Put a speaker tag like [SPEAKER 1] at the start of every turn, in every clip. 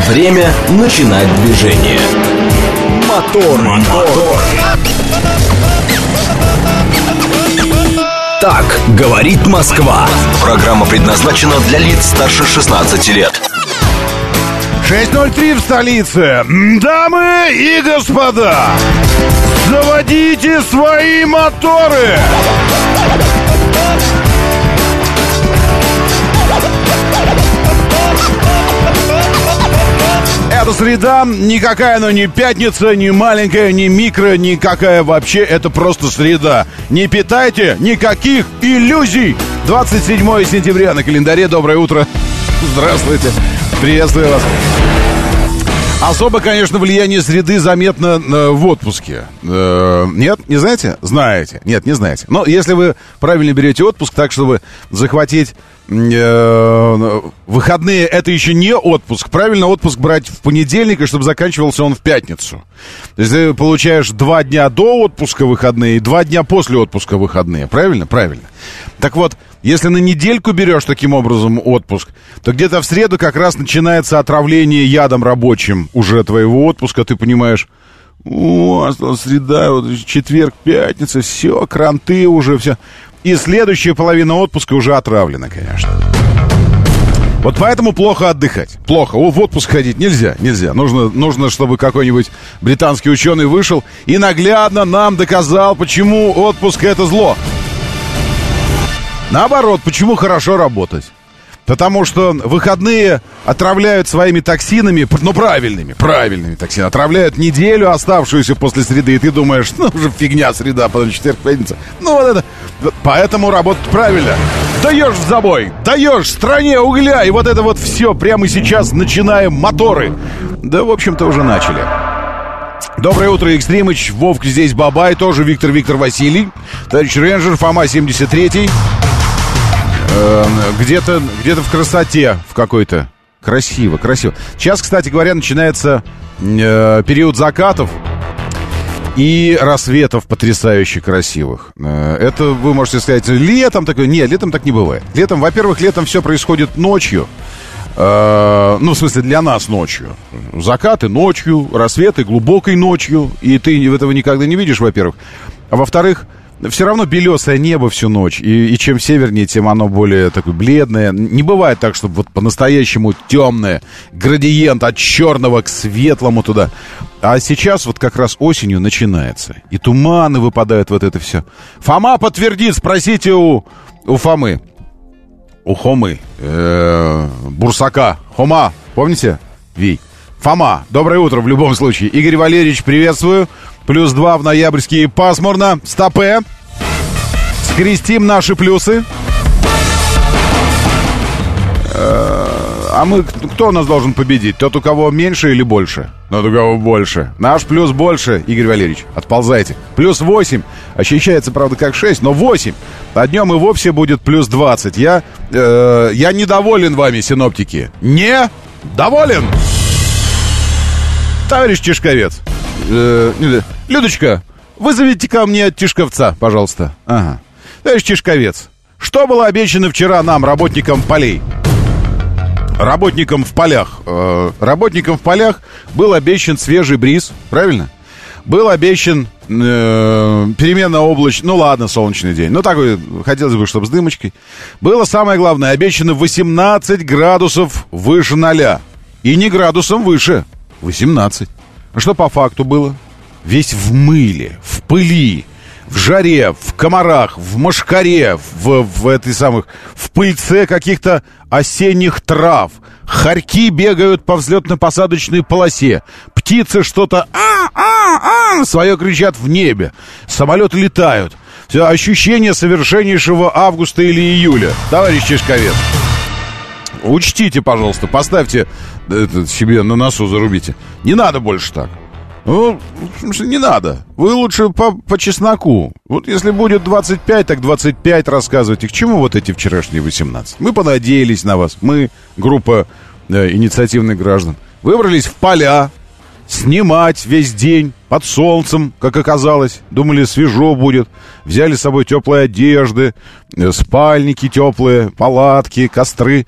[SPEAKER 1] Время начинать движение. Мотор. Так говорит Москва. Программа предназначена для лиц старше 16 лет.
[SPEAKER 2] 6:03 в столице. Дамы и господа, заводите свои моторы. Это среда, никакая она не пятница, не маленькая, не микро, никакая вообще, это просто среда. Не питайте никаких иллюзий. 27 сентября на календаре, доброе утро. Здравствуйте, приветствую вас. Особо, конечно, влияние среды заметно в отпуске. Нет, не знаете? Знаете. Нет, не знаете. Но если вы правильно берете отпуск так, чтобы захватить выходные, это еще не отпуск. Правильно отпуск брать в понедельник, и чтобы заканчивался он в пятницу. То есть ты получаешь 2 дня до отпуска выходные и 2 дня после отпуска выходные. Правильно? Правильно. Так вот, если на недельку берешь таким образом отпуск, то где-то в среду как раз начинается отравление ядом рабочим уже твоего отпуска. Ты понимаешь, осталась среда, вот четверг, пятница, все, кранты уже, все. И следующая половина отпуска уже отравлена, конечно. Вот поэтому плохо отдыхать. Плохо. В отпуск ходить нельзя. Нужно, чтобы какой-нибудь британский ученый вышел и наглядно нам доказал, почему отпуск — это зло. Наоборот, почему хорошо работать? Потому что выходные отравляют своими токсинами, но правильными токсинами. Отравляют неделю, оставшуюся после среды. И ты думаешь, уже фигня среда, потом четверг, пятница. Вот это. Поэтому работать правильно. Даешь в забой, даешь стране угля. И вот это вот все прямо сейчас начинаем моторы. Да, в общем-то, уже начали. Доброе утро, Экстримыч. Вовк здесь, Бабай, тоже Виктор Василий. Товарищ Рейнджер, Фома 73-й. Где-то в красоте в какой-то. Красиво. Сейчас, кстати говоря, начинается период закатов и рассветов потрясающе красивых. Это, вы можете сказать, летом такое? Нет, летом так не бывает. Во-первых, летом все происходит ночью. В смысле, для нас ночью. Закаты ночью, рассветы глубокой ночью. И ты этого никогда не видишь, во-первых. А во-вторых, все равно белесое небо всю ночь. И чем севернее, тем оно более такое бледное. Не бывает так, чтобы вот по-настоящему темное. Градиент от черного к светлому туда. А сейчас вот как раз осенью начинается. И туманы выпадают, вот это все. Фома подтвердит, спросите у Фомы. У Хомы. Бурсака. Хома, помните? Вий. Фома, доброе утро в любом случае. Игорь Валерьевич, приветствую. +2 в ноябрьские, пасмурно. Стопе. Скрестим наши плюсы. А кто у нас должен победить? Тот, у кого меньше или больше? Тот, у кого больше. Наш плюс больше, Игорь Валерьевич. Отползайте. +8. Ощущается, правда, как 6, но 8. А днем и вовсе будет +20. Я недоволен вами, синоптики. Не доволен. Товарищ Тишковец. Людочка, вызовите ко мне Тишковца, пожалуйста. Ага. Товарищ Тишковец, что было обещано вчера нам, работникам полей? Работникам в полях. Работникам в полях был обещан свежий бриз, правильно? Был обещан переменно облачный, солнечный день. Такой, хотелось бы, чтобы с дымочкой. Было самое главное, обещано 18 градусов выше 0. И не градусом выше, 18. А что по факту было? Весь в мыле, в пыли, в жаре, в комарах, в мошкаре, в пыльце каких-то осенних трав. Хорьки бегают по взлетно-посадочной полосе. Птицы что-то свое кричат в небе. Самолеты летают. Все ощущение совершеннейшего августа или июля. Товарищ Тишковец, учтите, пожалуйста, поставьте это себе на носу, зарубите. Не надо больше так. Не надо. Вы лучше по чесноку. Вот если будет 25, так 25 рассказывайте. К чему вот эти вчерашние 18? Мы понадеялись на вас. Мы, группа инициативных граждан, выбрались в поля снимать весь день под солнцем, как оказалось. Думали, свежо будет. Взяли с собой теплые одежды, спальники теплые, палатки, костры.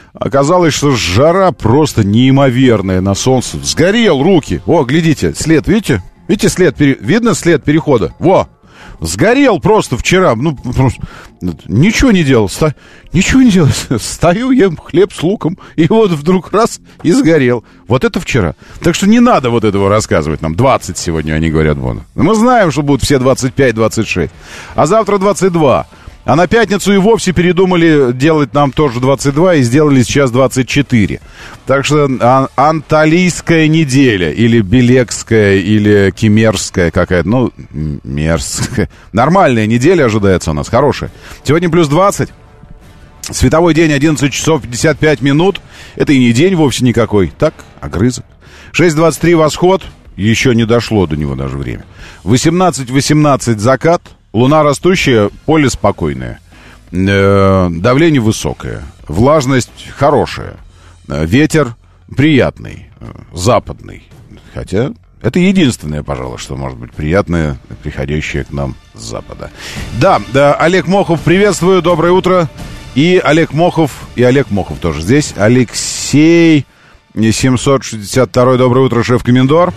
[SPEAKER 2] Оказалось, что жара просто неимоверная на солнце. Сгорел руки. О, глядите, след, видите? Видите след? Видно след перехода? Во! Сгорел просто вчера. Ну, просто ничего не делал. Ничего не делал. Стою, ем хлеб с луком, и вот вдруг раз, и сгорел. Вот это вчера. Так что не надо вот этого рассказывать нам. 20 сегодня, они говорят, вон. Мы знаем, что будут все 25-26. А завтра 22. А на пятницу и вовсе передумали делать нам тоже 22 и сделали сейчас 24. Так что анталийская неделя, или белекская, или кемерская какая-то, ну, мерзкая. Нормальная неделя ожидается у нас, хорошая. Сегодня плюс 20. Световой день 11 часов 55 минут. Это и не день вовсе никакой. Так, огрызок. 6:23 восход. Еще не дошло до него даже время. 18:18 закат. Луна растущая, поле спокойное, давление высокое, влажность хорошая, ветер приятный, западный. Хотя это единственное, пожалуй, что может быть приятное, приходящее к нам с запада. Да, Олег Мохов, приветствую, доброе утро. И Олег Мохов тоже здесь. Алексей 762, доброе утро, шеф-комендор.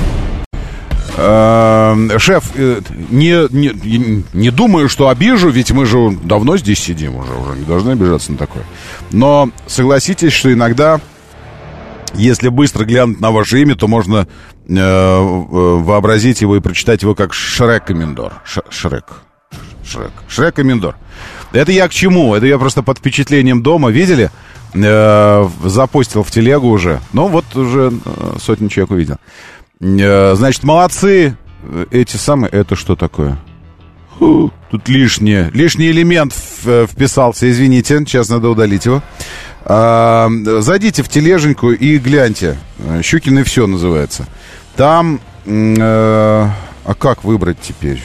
[SPEAKER 2] Шеф, не думаю, что обижу, ведь мы же давно здесь сидим уже не должны обижаться на такое. Но согласитесь, что иногда, если быстро глянуть на ваше имя, то можно вообразить его и прочитать его как Шрек-комендор. Шрек-комендор. Это я к чему? Это я просто под впечатлением дома, видели? Запостил в телегу уже. Ну вот уже сотни человек увидел. Значит, молодцы. Эти самые... Это что такое? Тут лишний элемент вписался. Извините, сейчас надо удалить его. Зайдите в тележеньку и гляньте. Щукин и все называется. Там... А как выбрать теперь?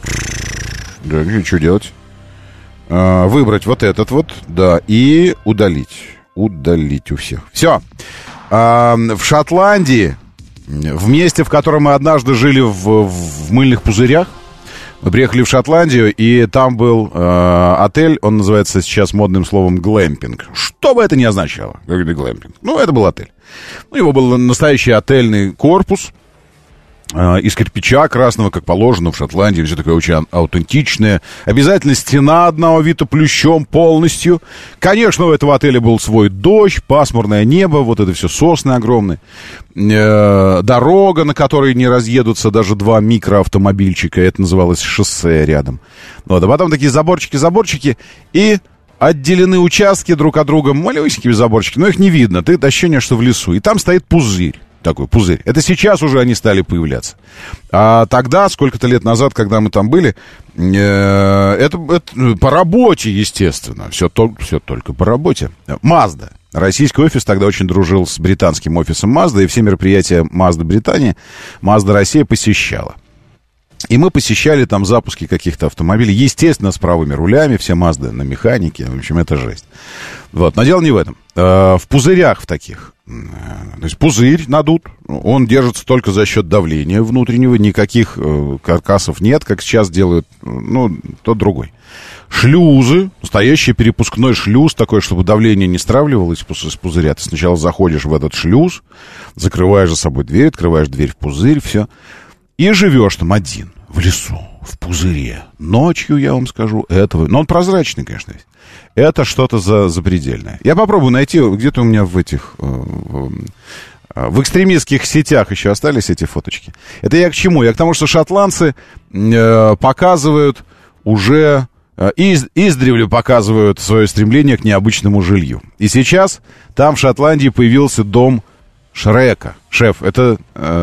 [SPEAKER 2] Да, что делать? Выбрать вот этот вот. Да, и удалить. Удалить у всех. Все. В Шотландии... В месте, в котором мы однажды жили в мыльных пузырях, мы приехали в Шотландию, и там был отель, он называется сейчас модным словом глэмпинг. Что бы это ни означало, как глэмпинг. Ну, это был отель. У него был настоящий отельный корпус из кирпича красного, как положено в Шотландии, все такое очень аутентичное. Обязательно стена одна увита плющом полностью. Конечно, у этого отеля был свой дождь, пасмурное небо, вот это все сосны огромные. Дорога, на которой не разъедутся даже два микроавтомобильчика, это называлось шоссе рядом. Вот, а потом такие заборчики, и отделены участки друг от друга малюсенькими заборчики, но их не видно, ты ощущение, что в лесу. И там стоит пузырь. Такой пузырь. Это сейчас уже они стали появляться. А тогда, сколько-то лет назад, когда мы там были, это по работе, естественно. Все только по работе. Mazda. Российский офис тогда очень дружил с британским офисом Mazda, и все мероприятия Mazda Британия, Mazda Россия посещала. И мы посещали там запуски каких-то автомобилей, естественно, с правыми рулями, все Mazda на механике, в общем, это жесть. Вот, но дело не в этом. В пузырях в таких. То есть пузырь надут, он держится только за счет давления внутреннего, никаких каркасов нет, как сейчас делают, ну, тот другой. Шлюзы, настоящий перепускной шлюз, такой, чтобы давление не стравливалось из пузыря. Ты сначала заходишь в этот шлюз, закрываешь за собой дверь, открываешь дверь в пузырь, все. И живешь там один, в лесу, в пузыре. Ночью, я вам скажу, этого... Но он прозрачный, конечно, весь. Это что-то запредельное. Я попробую найти, где-то у меня в этих... В экстремистских сетях еще остались эти фоточки. Это я к чему? Я к тому, что шотландцы показывают уже... издревле показывают свое стремление к необычному жилью. И сейчас там в Шотландии появился дом Шрека. Шеф, это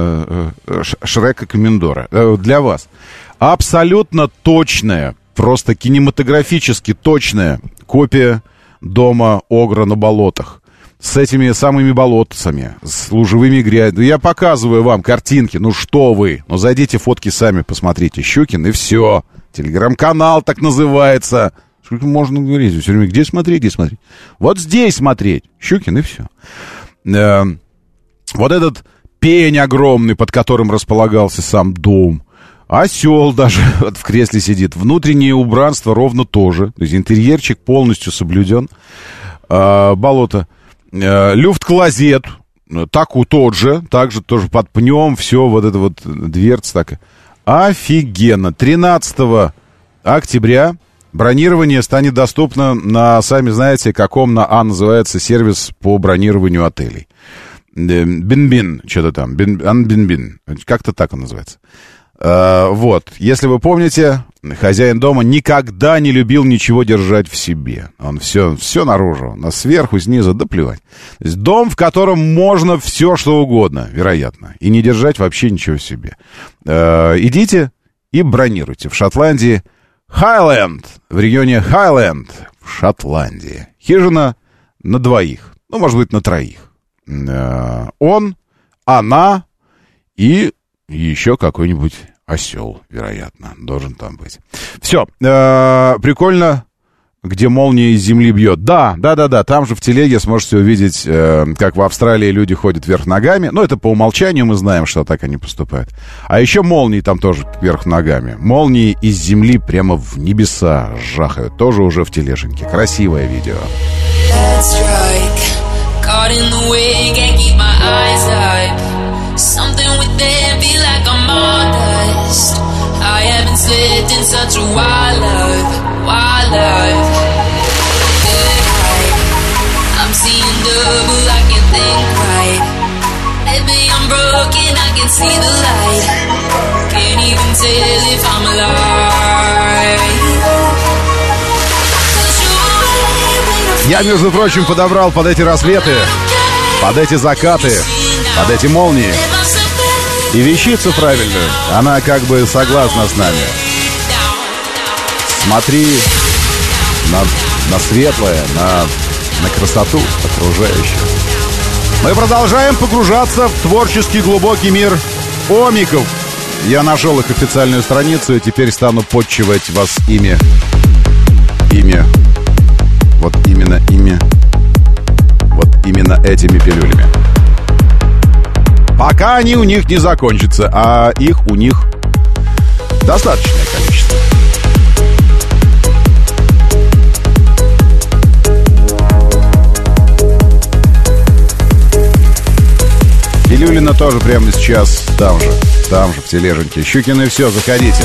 [SPEAKER 2] Шрека-комендора. Для вас. Абсолютно точная, просто кинематографически точная копия дома Огра на болотах. С этими самыми болотцами, с лужевыми грязью. Я показываю вам картинки. Ну что вы? Ну зайдите, фотки сами посмотрите. Щукин, и все. Телеграм-канал так называется. Сколько можно говорить? Все время, где смотреть, где смотреть? Вот здесь смотреть. Щукин, и все. Вот этот пень огромный, под которым располагался сам дом. Осел даже вот в кресле сидит. Внутреннее убранство ровно тоже. То есть интерьерчик полностью соблюден. Болото. Люфт-клозет, таку тот же, также тоже под пнем, все, вот это вот дверца такая. Офигенно. 13 октября бронирование станет доступно на, сами знаете, каком на А называется сервис по бронированию отелей. Бин-бин, что-то там, Бин-бин, как-то так он называется. Вот, если вы помните, хозяин дома никогда не любил ничего держать в себе. Он все наружу, сверху, снизу, да плевать. То есть дом, в котором можно все, что угодно, вероятно, и не держать вообще ничего в себе. Идите и бронируйте в Шотландии Хайленд, в регионе Хайленд, в Шотландии. Хижина на 2, ну, может быть, на 3. Он, она и еще какой-нибудь осел, вероятно, должен там быть. Все, прикольно, где молния из земли бьет. Да, там же в телеге сможете увидеть, как в Австралии люди ходят вверх ногами. Ну, это по умолчанию мы знаем, что так они поступают. А еще молнии там тоже вверх ногами. Молнии из земли прямо в небеса жахают. Тоже уже в тележеньке. Красивое видео. Caught in the way, can't keep my eyes up. Something within, feel like I'm on dust. I haven't slept in such a while, love. Good night. I'm seeing double, I can't think right. Maybe I'm broken, I can see the light. Can't even tell if I'm alive. Я, между прочим, подобрал под эти рассветы, под эти закаты, под эти молнии и вещицу правильную. Она как бы согласна с нами. Смотри на светлое, на красоту окружающую. Мы продолжаем погружаться в творческий глубокий мир омиков. Я нашел их официальную страницу и теперь стану подчивать вас ими. Вот именно ими. Вот именно этими пилюлями. Пока они у них не закончатся, а их у них достаточное количество. Пилюлина тоже прямо сейчас там же, в тележеньке. Щукины, все, заходите.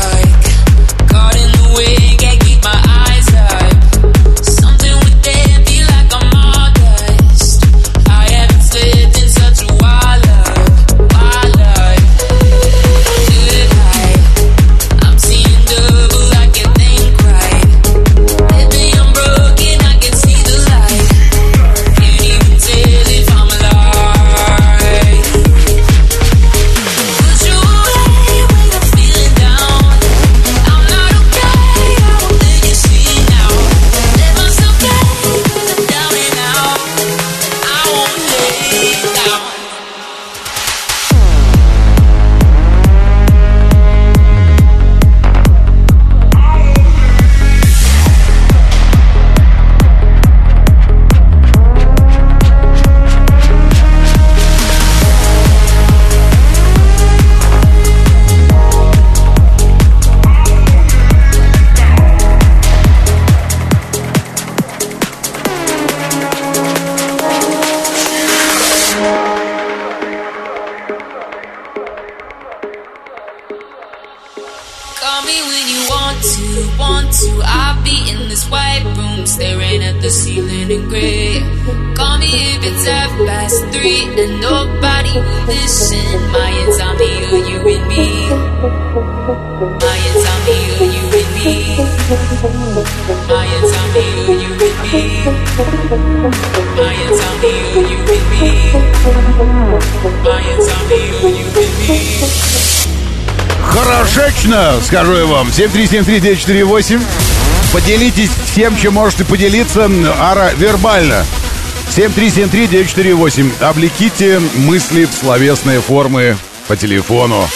[SPEAKER 2] Хорошечно, скажу я вам. 7373948. Поделитесь тем, чем можете поделиться вербально. 7373948. Облеките мысли в словесные формы по телефону.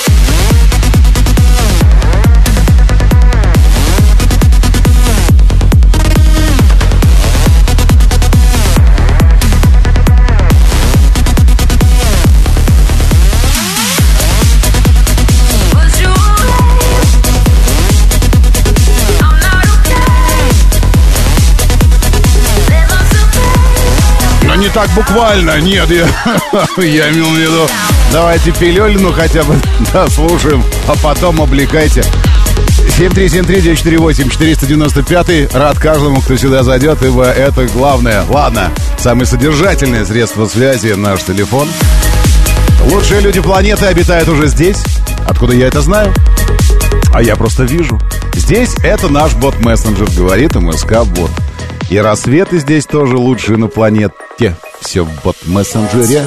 [SPEAKER 2] так буквально. Нет, я имел в виду. Давайте пилюлину хотя бы дослушаем, а потом облекайте. 7373948, 495. Рад каждому, кто сюда зайдет, ибо это главное. Ладно, самое содержательное средство связи — наш телефон. Лучшие люди планеты обитают уже здесь. Откуда я это знаю? А я просто вижу. Здесь это наш бот-мессенджер, говорит МСК-бот. И рассветы здесь тоже лучшие на планете. Все в бот-мессенджере.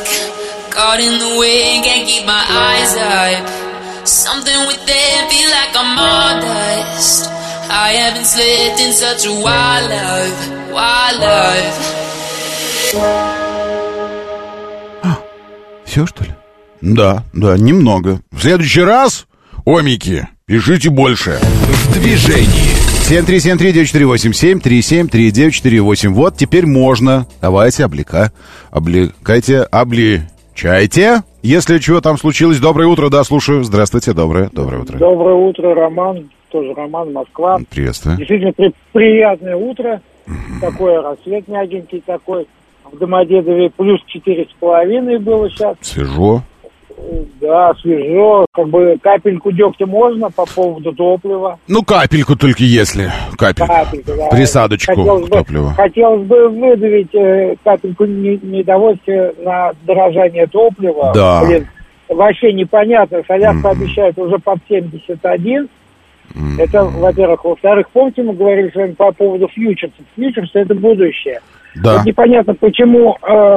[SPEAKER 2] Все, что ли? Да, немного. В следующий раз, омики, пишите больше.
[SPEAKER 1] В движении.
[SPEAKER 2] 7373948, 7373948. Вот теперь можно. Давайте, облекайте, обличайте. Если чего там случилось, доброе утро, да, слушаю. Здравствуйте, доброе утро.
[SPEAKER 3] Доброе утро, Роман. Тоже Роман, Москва.
[SPEAKER 2] Приветствую.
[SPEAKER 3] Действительно приятное утро. Такой рассвет мягенький такой. В Домодедове плюс 4,5 было сейчас.
[SPEAKER 2] Свежо.
[SPEAKER 3] Да, свежо. Как бы капельку дегтя можно по поводу топлива.
[SPEAKER 2] Ну, капельку только если. Капельку, да. Присадочку к топливу.
[SPEAKER 3] Хотелось бы выдавить капельку недовольствия на дорожание топлива.
[SPEAKER 2] Да.
[SPEAKER 3] Блин, вообще непонятно. Солярка обещает уже под 71. Это, во-первых. Во-вторых, помните, мы говорили с вами по поводу фьючерсов. Фьючерсы — это будущее.
[SPEAKER 2] Да.
[SPEAKER 3] Вот непонятно, почему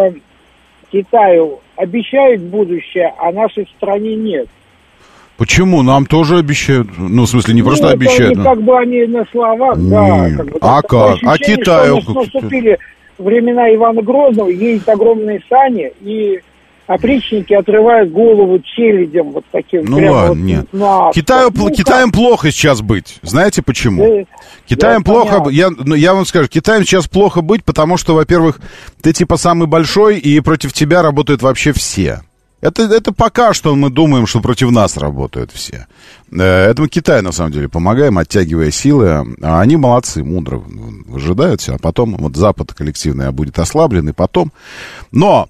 [SPEAKER 3] Китаю обещают будущее, а нашей стране нет.
[SPEAKER 2] Почему? Нам тоже обещают. Ну, в смысле, не просто обещают.
[SPEAKER 3] Ну, как бы они на словах, да. Как бы,
[SPEAKER 2] а как? А Китаю?
[SPEAKER 3] Что наступили времена Ивана Грозного, есть огромные сани, и опричники отрывают голову челядям вот таким.
[SPEAKER 2] Ну ладно, вот, нет. Китаем плохо сейчас быть. Знаете почему? Китаем плохо. Я вам скажу, Китаем сейчас плохо быть, потому что, во-первых, ты типа самый большой, и против тебя работают вообще все. Это пока что мы думаем, что против нас работают все. Этому Китай, на самом деле, помогаем, оттягивая силы. А они молодцы, мудро выжидают все. А потом вот Запад коллективный будет ослаблен, и потом. Но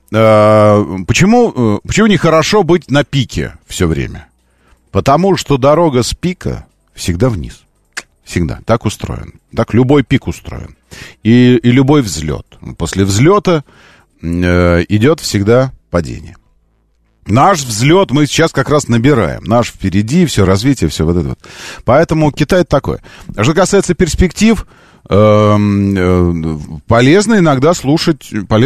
[SPEAKER 2] почему нехорошо быть на пике все время? Потому что дорога с пика всегда вниз. Всегда. Так устроен. Так любой пик устроен. И любой взлет. После взлета идет всегда падение. Наш взлет мы сейчас как раз набираем. Наш впереди, все развитие, все вот это вот. Поэтому Китай такой. Что касается перспектив, полезно иногда слушать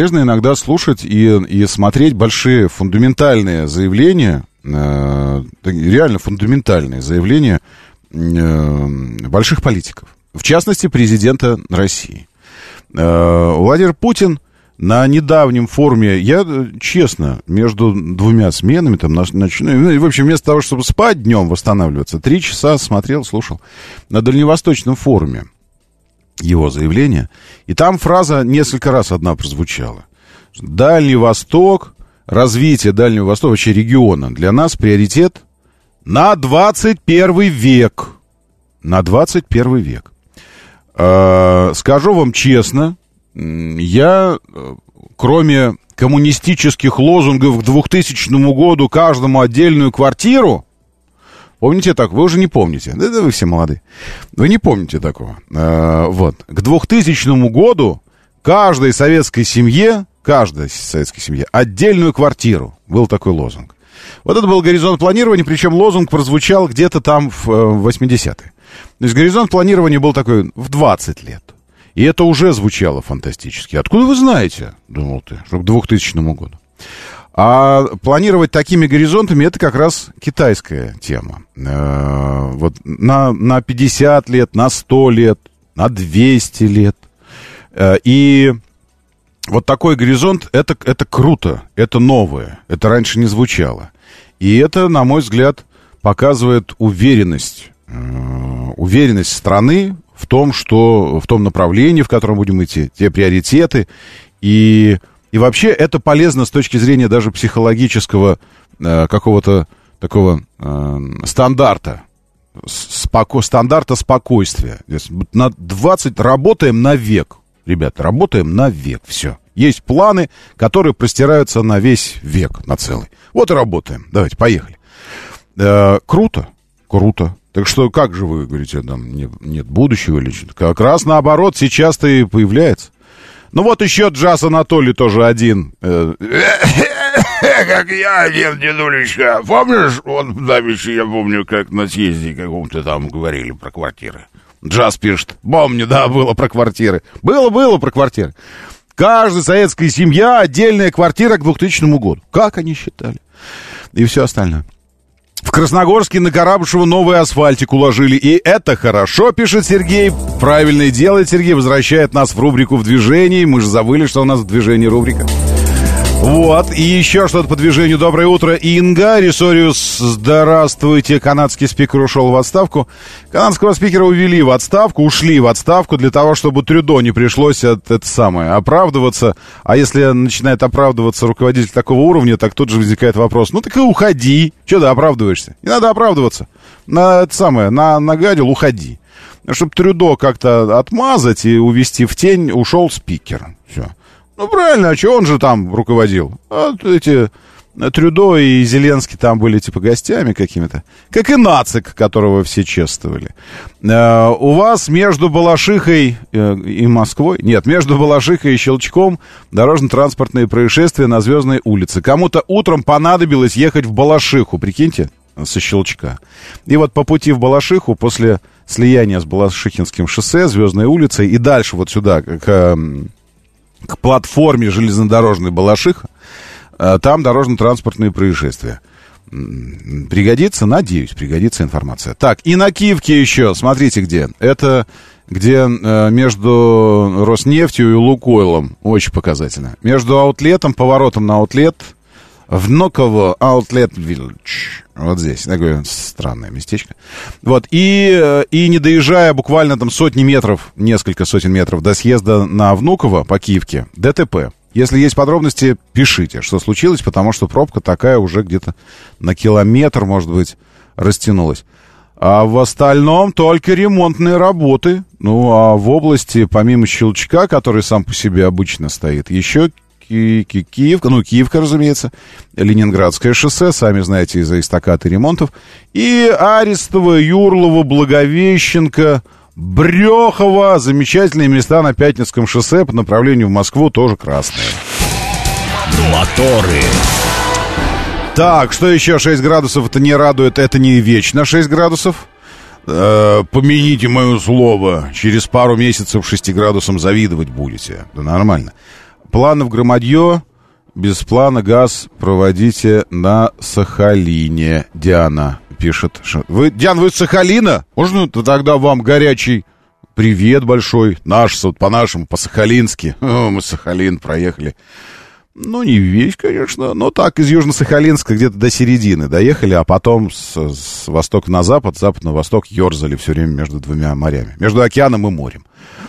[SPEAKER 2] и смотреть большие фундаментальные заявления, реально фундаментальные заявления больших политиков. В частности, президента России. Владимир Путин на недавнем форуме, я, честно, между двумя сменами, там, в общем, вместо того, чтобы спать днем, восстанавливаться, 3 часа смотрел, слушал на Дальневосточном форуме его заявление, и там фраза несколько раз одна прозвучала. Дальний Восток, развитие Дальнего Востока, вообще региона, для нас приоритет на 21 век. На 21 век. Скажу вам честно, я, кроме коммунистических лозунгов к 2000 году каждому отдельную квартиру, помните так? Вы уже не помните. Да вы все молодые. Вы не помните такого. Вот. К 2000 году каждой советской семье отдельную квартиру. Был такой лозунг. Вот это был горизонт планирования, причем лозунг прозвучал где-то там в 80-е. То есть горизонт планирования был такой в 20 лет. И это уже звучало фантастически. Откуда вы знаете, думал ты, что к 2000 году? А планировать такими горизонтами — это как раз китайская тема. Вот на 50 лет, на 100 лет, на 200 лет. И вот такой горизонт — это круто, это новое, это раньше не звучало. И это, на мой взгляд, показывает уверенность страны в том направлении, в котором будем идти, те приоритеты. И вообще это полезно с точки зрения даже психологического какого-то такого стандарта спокойствия. На 20 работаем на век. Ребята, работаем на век, все. Есть планы, которые простираются на весь век, на целый. Вот и работаем. Давайте, поехали. Круто. Так что, как же вы говорите, там нет будущего или что-то? Как раз наоборот, сейчас-то и появляется. Ну вот еще Джаз Анатолий тоже один. Как я один, дедулечка. Помнишь, вот давеча, я помню, как на съезде каком-то там говорили про квартиры. Джаз пишет. Помню, да, было про квартиры. Было про квартиры. Каждая советская семья отдельная квартира к 2000 году. Как они считали? И все остальное. В Красногорске на Карабышева новый асфальтик уложили. И это хорошо, пишет Сергей. Правильно делает Сергей. Возвращает нас в рубрику «В движении». Мы же забыли, что у нас в движении рубрика. Вот, и еще что-то по движению. Доброе утро, Инга. Ресориус, здравствуйте. Канадский спикер ушел в отставку. Канадского спикера ушли в отставку для того, чтобы Трюдо не пришлось оправдываться. А если начинает оправдываться руководитель такого уровня, так тут же возникает вопрос. Ну так и уходи. Че ты оправдываешься? Не надо оправдываться. Нагадил, уходи. Чтобы Трюдо как-то отмазать и увести в тень, ушел спикер. Все. Ну, правильно, а что он же там руководил? А эти Трюдо и Зеленский там были типа гостями какими-то. Как и Нацик, которого все чествовали. У вас между Балашихой и Москвой... Нет, между Балашихой и Щелчком дорожно-транспортные происшествия на Звездной улице. Кому-то утром понадобилось ехать в Балашиху, прикиньте, со Щелчка. И вот по пути в Балашиху, после слияния с Балашихинским шоссе, Звездной улицей, и дальше вот сюда, к платформе железнодорожной Балашиха, там дорожно-транспортные происшествия. Пригодится? Надеюсь, пригодится информация. Так, и на Киевке еще, смотрите где. Это где между Роснефтью и Лукойлом. Очень показательно. Между аутлетом, поворотом на аутлет, Внуково Outlet Village. Вот здесь. Такое странное местечко. Вот. И не доезжая буквально там несколько сотен метров до съезда на Внуково по Киевке, ДТП. Если есть подробности, пишите, что случилось, потому что пробка такая уже где-то на километр, может быть, растянулась. А в остальном только ремонтные работы. Ну, а в области, помимо Щелчка, который сам по себе обычно стоит, еще Киевка, разумеется, Ленинградское шоссе, сами знаете, из-за эстакад и ремонтов, и Арестово, Юрлово, Благовещенко, Брехово, замечательные места на Пятницком шоссе по направлению в Москву, тоже красные.
[SPEAKER 1] Моторы.
[SPEAKER 2] Так, что еще? 6 градусов, это не радует, это не вечно 6 градусов. Помяните мое слово, через пару месяцев 6 градусам завидовать будете. Да нормально. Планы в громадье, без плана газ проводите на Сахалине. Диана пишет. Диана, вы с Сахалина? Можно тогда вам горячий привет большой, по-нашему, по-сахалински. Мы Сахалин проехали. Ну, не весь, конечно, но так, из Южно-Сахалинска где-то до середины доехали, а потом с востока на запад, запад на восток ерзали все время между двумя морями, между океаном и морем.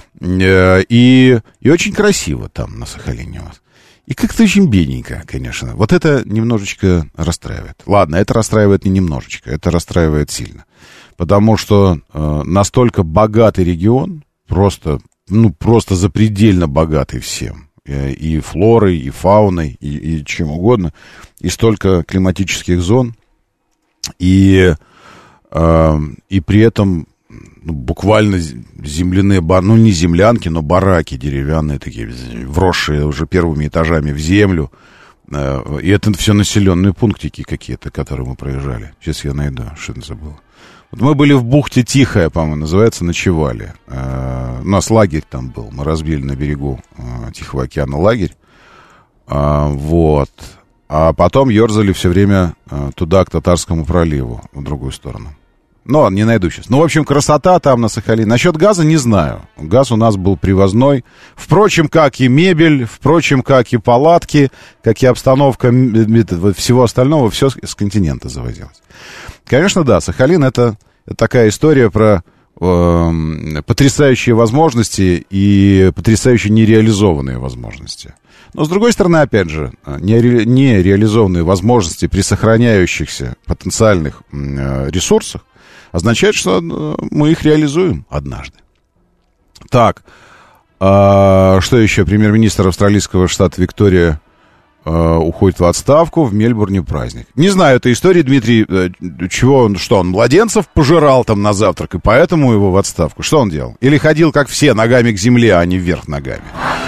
[SPEAKER 2] И очень красиво там на Сахалине у вас. И как-то очень бедненько, конечно. Вот это немножечко расстраивает. Ладно, это расстраивает не немножечко, это расстраивает сильно. Потому что настолько богатый регион, просто запредельно богатый всем. И флорой, и фауной, и чем угодно. И столько климатических зон. И при этом буквально земляные не землянки, но бараки деревянные такие, вросшие уже первыми этажами в землю. И это все населенные пунктики какие-то, которые мы проезжали. Сейчас я найду, что-то забыл. Вот мы были в бухте Тихая, по-моему, называется, ночевали. У нас лагерь там был. Мы разбили на берегу Тихого океана лагерь. Вот. А потом ерзали все время туда, к Татарскому проливу, в другую сторону. Ну, не найду сейчас. Ну, в общем, красота там на Сахалине. Насчет газа не знаю. Газ у нас был привозной. Впрочем, как и мебель, впрочем, как и палатки, как и обстановка всего остального, все с континента завозилось. Конечно, да, Сахалин — это такая история про потрясающие возможности и потрясающие нереализованные возможности. Но, с другой стороны, опять же, нереализованные возможности при сохраняющихся потенциальных ресурсах означает, что мы их реализуем однажды. Так, Что еще? Премьер-министр австралийского штата Виктория уходит в отставку, в Мельбурне праздник. Не знаю этой истории, Дмитрий, чего он, что он младенцев пожирал там на завтрак, и поэтому его в отставку. Что он делал? Или ходил, как все, ногами к земле, а не вверх ногами?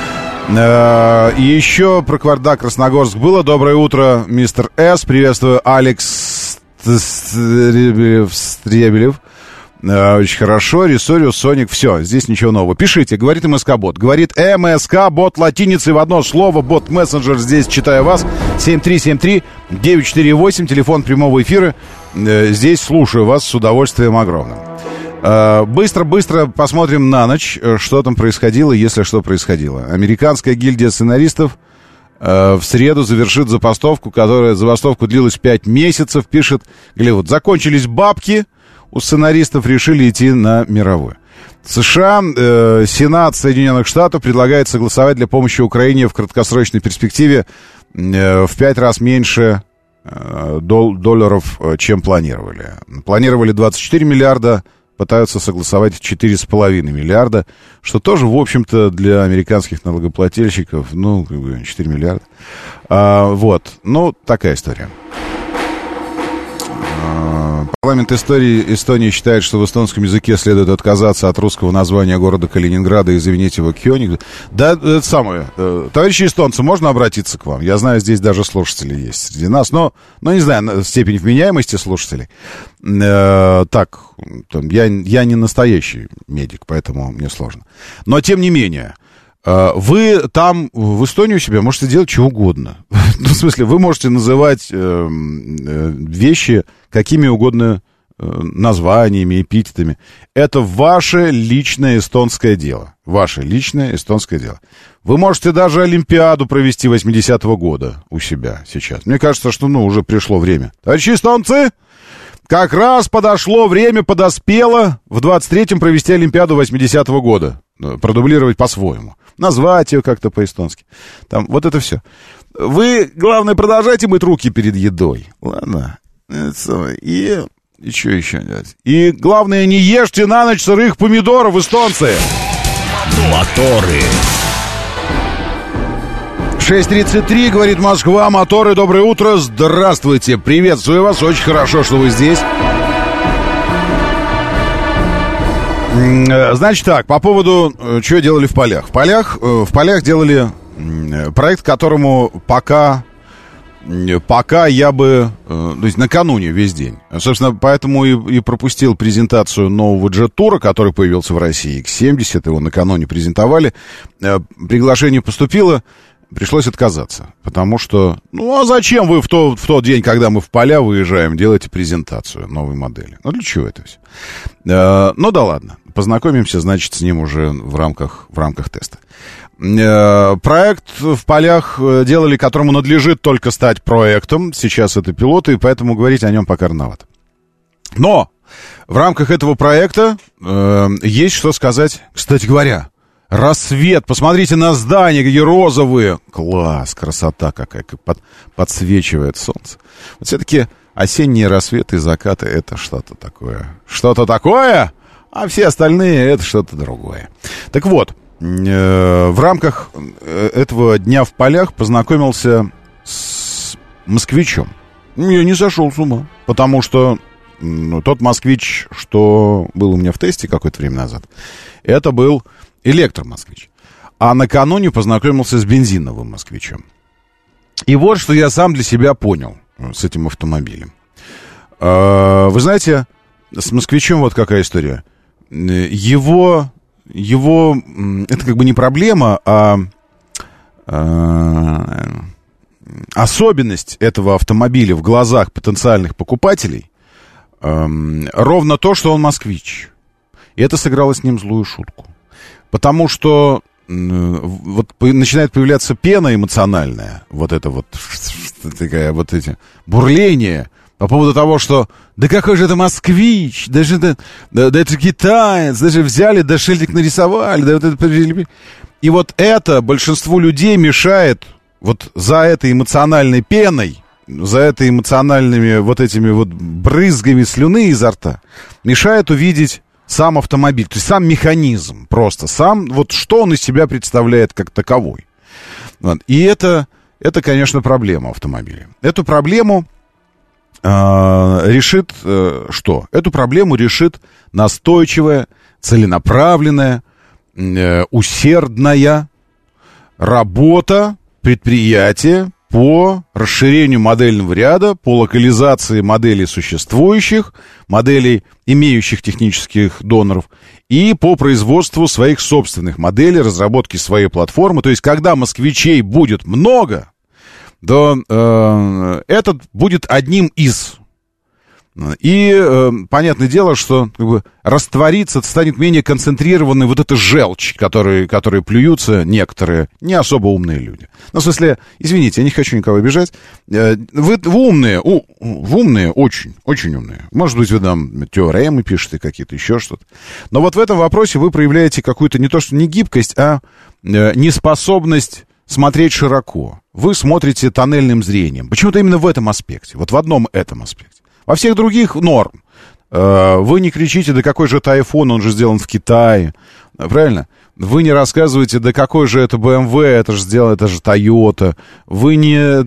[SPEAKER 2] И еще про Красногорск было. Доброе утро, мистер С. Приветствую, Алекс Стребелев. Очень хорошо. Рисориус, Соник, все, здесь ничего нового. Пишите, говорит МСК-бот. Говорит МСК-бот латиницей в одно слово. Бот-мессенджер здесь, читаю вас. 7373-948, телефон прямого эфира. Здесь слушаю вас с удовольствием огромным. Быстро посмотрим на ночь, что там происходило, если что происходило. Американская гильдия сценаристов в среду завершит забастовку, которая забастовку длилась 5 месяцев. Пишет Голливуд. Закончились бабки. У сценаристов решили идти на мировое. США, Сенат Соединенных Штатов предлагает согласовать для помощи Украине в краткосрочной перспективе в 5 раз меньше долларов, чем планировали. Планировали 24 миллиарда, пытаются согласовать 4,5 миллиарда, что тоже, в общем-то, для американских налогоплательщиков, 4 миллиарда. Такая история. Парламент Эстонии считает, что в эстонском языке следует отказаться от русского названия города Калининграда и заменить его Кёниг. Да, это самое. Товарищи эстонцы, можно обратиться к вам? Я знаю, здесь даже слушатели есть среди нас, но не знаю степень вменяемости слушателей. Я не настоящий медик, поэтому мне сложно. Но, тем не менее, вы там, в Эстонии у себя, можете делать что угодно. В смысле, вы можете называть вещи какими угодно названиями, эпитетами. Это ваше личное эстонское дело. Ваше личное эстонское дело. Вы можете даже Олимпиаду провести 80-го года у себя сейчас. Мне кажется, что, уже пришло время. Товарищи эстонцы, как раз подошло время, подоспело в 23-м провести Олимпиаду 80-го года. Продублировать по-своему. Назвать ее как-то по-эстонски. Там, вот это все. Вы, главное, продолжайте мыть руки перед едой. Ладно. И что еще делать? И, главное, не ешьте на ночь сырых помидоров, эстонцы.
[SPEAKER 1] Моторы.
[SPEAKER 2] 6:33, говорит Москва. Моторы, доброе утро. Здравствуйте. Приветствую вас. Очень хорошо, что вы здесь. Значит так, по поводу, что делали в полях. В полях делали проект, которому пока я бы, то есть накануне весь день. Собственно, поэтому и пропустил презентацию нового джет-тура, который появился в России. X70, его накануне презентовали. Приглашение поступило, пришлось отказаться. Потому что, а зачем вы в тот день, когда мы в поля выезжаем, делаете презентацию новой модели? Для чего это все? Да ладно. Познакомимся, значит, с ним уже в рамках теста. Проект в полях делали, которому надлежит только стать проектом. Сейчас это пилоты, и поэтому говорить о нем пока рановато. Но в рамках этого проекта есть что сказать. Кстати говоря, рассвет. Посмотрите на здания, какие розовые. Класс, красота какая, как подсвечивает солнце. Вот все-таки осенние рассветы и закаты — это что-то такое. Что-то такое, а все остальные — это что-то другое. Так вот, в рамках этого дня в полях познакомился с москвичом. Я не сошел с ума, потому что тот москвич, что был у меня в тесте какое-то время назад, это был электромосквич. А накануне познакомился с бензиновым москвичом. И вот что я сам для себя понял с этим автомобилем. Вы знаете, с москвичом вот какая история. Его это как бы не проблема, а особенность этого автомобиля в глазах потенциальных покупателей ровно то, что он москвич. И это сыграло с ним злую шутку. Потому что вот начинает появляться пена эмоциональная, вот это вот такая вот эти бурления по поводу того, что да какой же это москвич, да это китаец, даже взяли, да шильдик нарисовали, да вот это... И вот это большинству людей мешает вот за этой эмоциональной пеной, за этой эмоциональными вот этими вот брызгами слюны изо рта, мешает увидеть сам автомобиль, то есть сам механизм просто, сам, вот что он из себя представляет как таковой. Вот. И это, конечно, проблема автомобиля. Эту проблему решит что? Эту проблему решит настойчивая, целенаправленная, усердная работа предприятия по расширению модельного ряда, по локализации моделей существующих, моделей, имеющих технических доноров, и по производству своих собственных моделей, разработке своей платформы. То есть, когда москвичей будет много, то этот будет одним из. И понятное дело, что как бы растворится, станет менее концентрированной вот эта желчь, которые плюются некоторые не особо умные люди. Ну, в смысле, извините, я не хочу никого обижать. Вы умные, вы умные, очень, очень умные. Может быть, вы там теоремы пишете какие-то, еще что-то. Но вот в этом вопросе вы проявляете какую-то не то что не гибкость, а неспособность смотреть широко. Вы смотрите тоннельным зрением. Почему-то именно в этом аспекте, вот в одном этом аспекте. Во всех других норм. Вы не кричите, да какой же это iPhone, он же сделан в Китае. Правильно? Вы не рассказываете, да какой же это BMW, это же сделано, это же Toyota. Вы не...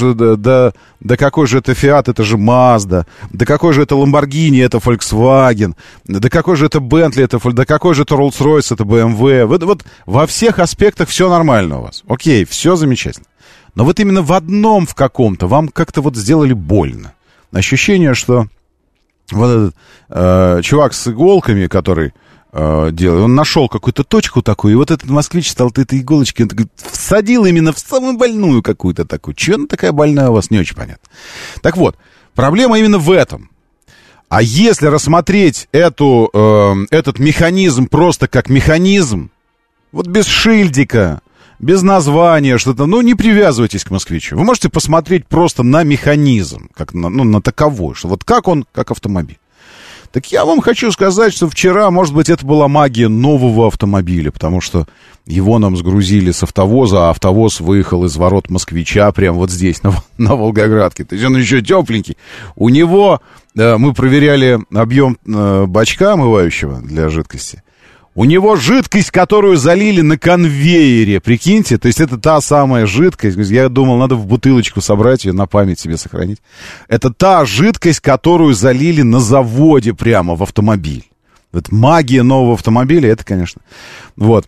[SPEAKER 2] Да какой же это Fiat, это же Mazda. Да какой же это Lamborghini, это Volkswagen. Да какой же это Bentley, да какой же это Rolls-Royce, это BMW. Вот во всех аспектах все нормально у вас. Окей, все замечательно. Но вот именно в одном в каком-то вам как-то вот сделали больно. Ощущение, что вот этот чувак с иголками, который делает, он нашел какую-то точку такую, и вот этот москвич стал этой иголочкой, он всадил именно в самую больную какую-то такую. Чего она такая больная у вас, не очень понятно. Так вот, проблема именно в этом. А если рассмотреть этот механизм просто как механизм, вот без шильдика, без названия, что-то, ну, не привязывайтесь к москвичу. Вы можете посмотреть просто на механизм, как на таковой, что вот как он, как автомобиль. Так я вам хочу сказать, что вчера, может быть, это была магия нового автомобиля, потому что его нам сгрузили с автовоза, а автовоз выехал из ворот москвича прямо вот здесь, на Волгоградке. То есть он еще тепленький. У него, мы проверяли объем бачка омывающего для жидкости. У него жидкость, которую залили на конвейере, прикиньте, то есть это та самая жидкость, я думал, надо в бутылочку собрать ее, на память себе сохранить. Это та жидкость, которую залили на заводе прямо в автомобиль. Вот магия нового автомобиля, это, конечно. Вот.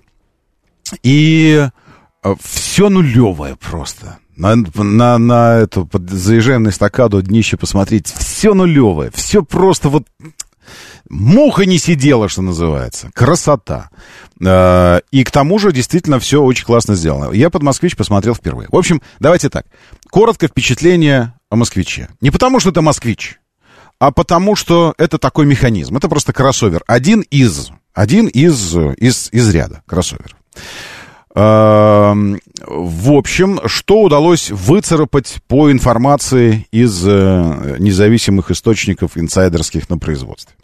[SPEAKER 2] И все нулевое просто. На эту, заезжаем на эстакаду, днище посмотреть, все нулевое, все просто вот... Муха не сидела, что называется. Красота. И к тому же действительно все очень классно сделано. Я под «Москвич» посмотрел впервые. В общем, давайте так. Коротко впечатление о «Москвиче». Не потому, что это «Москвич», а потому, что это такой механизм. Это просто кроссовер. Один из ряда кроссоверов. В общем, что удалось выцарапать по информации из независимых источников инсайдерских на производстве?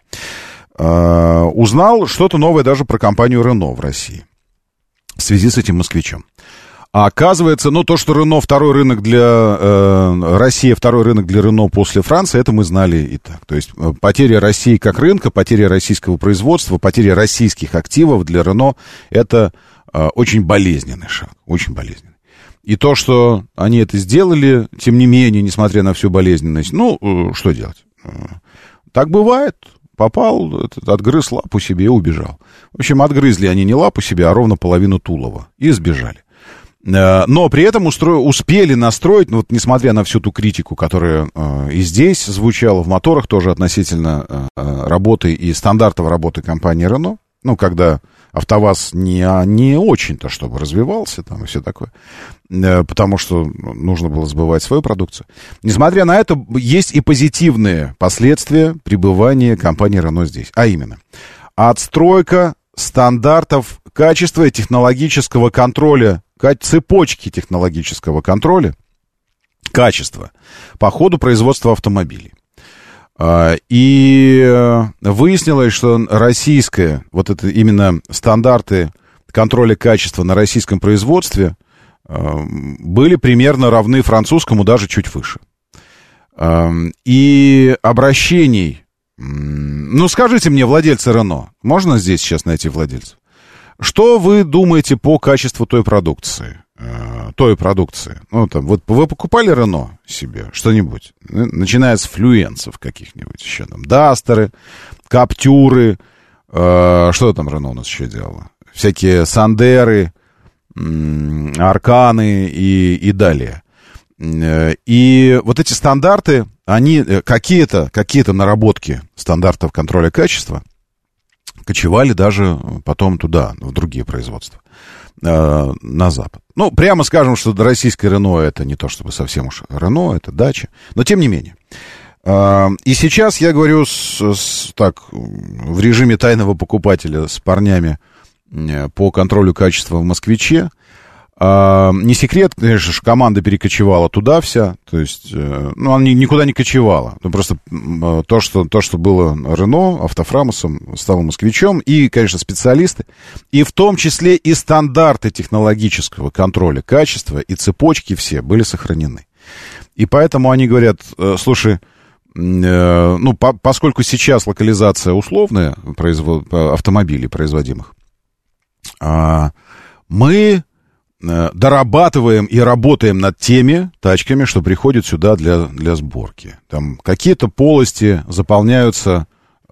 [SPEAKER 2] Узнал что-то новое даже про компанию Renault в России в связи с этим «Москвичом». А оказывается, то, что Renault второй рынок для России, второй рынок для Renault после Франции, это мы знали и так. То есть потеря России как рынка, потеря российского производства, потеря российских активов для Renault — это очень болезненный шаг, очень болезненный. И то, что они это сделали, тем не менее, несмотря на всю болезненность, что делать? Так бывает. Попал, отгрыз лапу себе и убежал. В общем, отгрызли они не лапу себе, а ровно половину тулова. И сбежали. Но при этом успели настроить, несмотря на всю ту критику, которая и здесь звучала, в моторах тоже относительно работы и стандартов работы компании Renault, когда АвтоВАЗ не очень-то, чтобы развивался там и все такое, потому что нужно было сбывать свою продукцию. Несмотря на это, есть и позитивные последствия пребывания компании Renault здесь. А именно, отстройка стандартов качества и технологического контроля, цепочки технологического контроля, качества по ходу производства автомобилей. И выяснилось, что российское, это именно стандарты контроля качества на российском производстве были примерно равны французскому, даже чуть выше. И обращений Ну, скажите мне, владельцы Рено, можно здесь сейчас найти владельцев? Что вы думаете по качеству той продукции? Ну, там, вот вы покупали Рено себе что-нибудь? Начиная с флюенсов каких-нибудь еще там. Дастеры, Каптюры. Что там Рено у нас еще делало? Всякие Сандеры, Арканы и далее. И вот эти стандарты, они, какие-то наработки стандартов контроля качества кочевали даже потом туда, в другие производства, на Запад. Ну, прямо скажем, что российское Рено это не то чтобы совсем уж Рено, это дача, но тем не менее. И сейчас я говорю так, в режиме тайного покупателя с парнями по контролю качества в «Москвиче». Не секрет, конечно, команда перекочевала туда вся, то есть, ну, она никуда не кочевала. Ну, просто то, что было Рено, Автофрамусом, стало «Москвичом», и, конечно, специалисты, и в том числе и стандарты технологического контроля качества, и цепочки все были сохранены. И поэтому они говорят, слушай, ну, поскольку сейчас локализация условная автомобилей производимых, мы дорабатываем и работаем над теми тачками, что приходят сюда для сборки. Там какие-то полости заполняются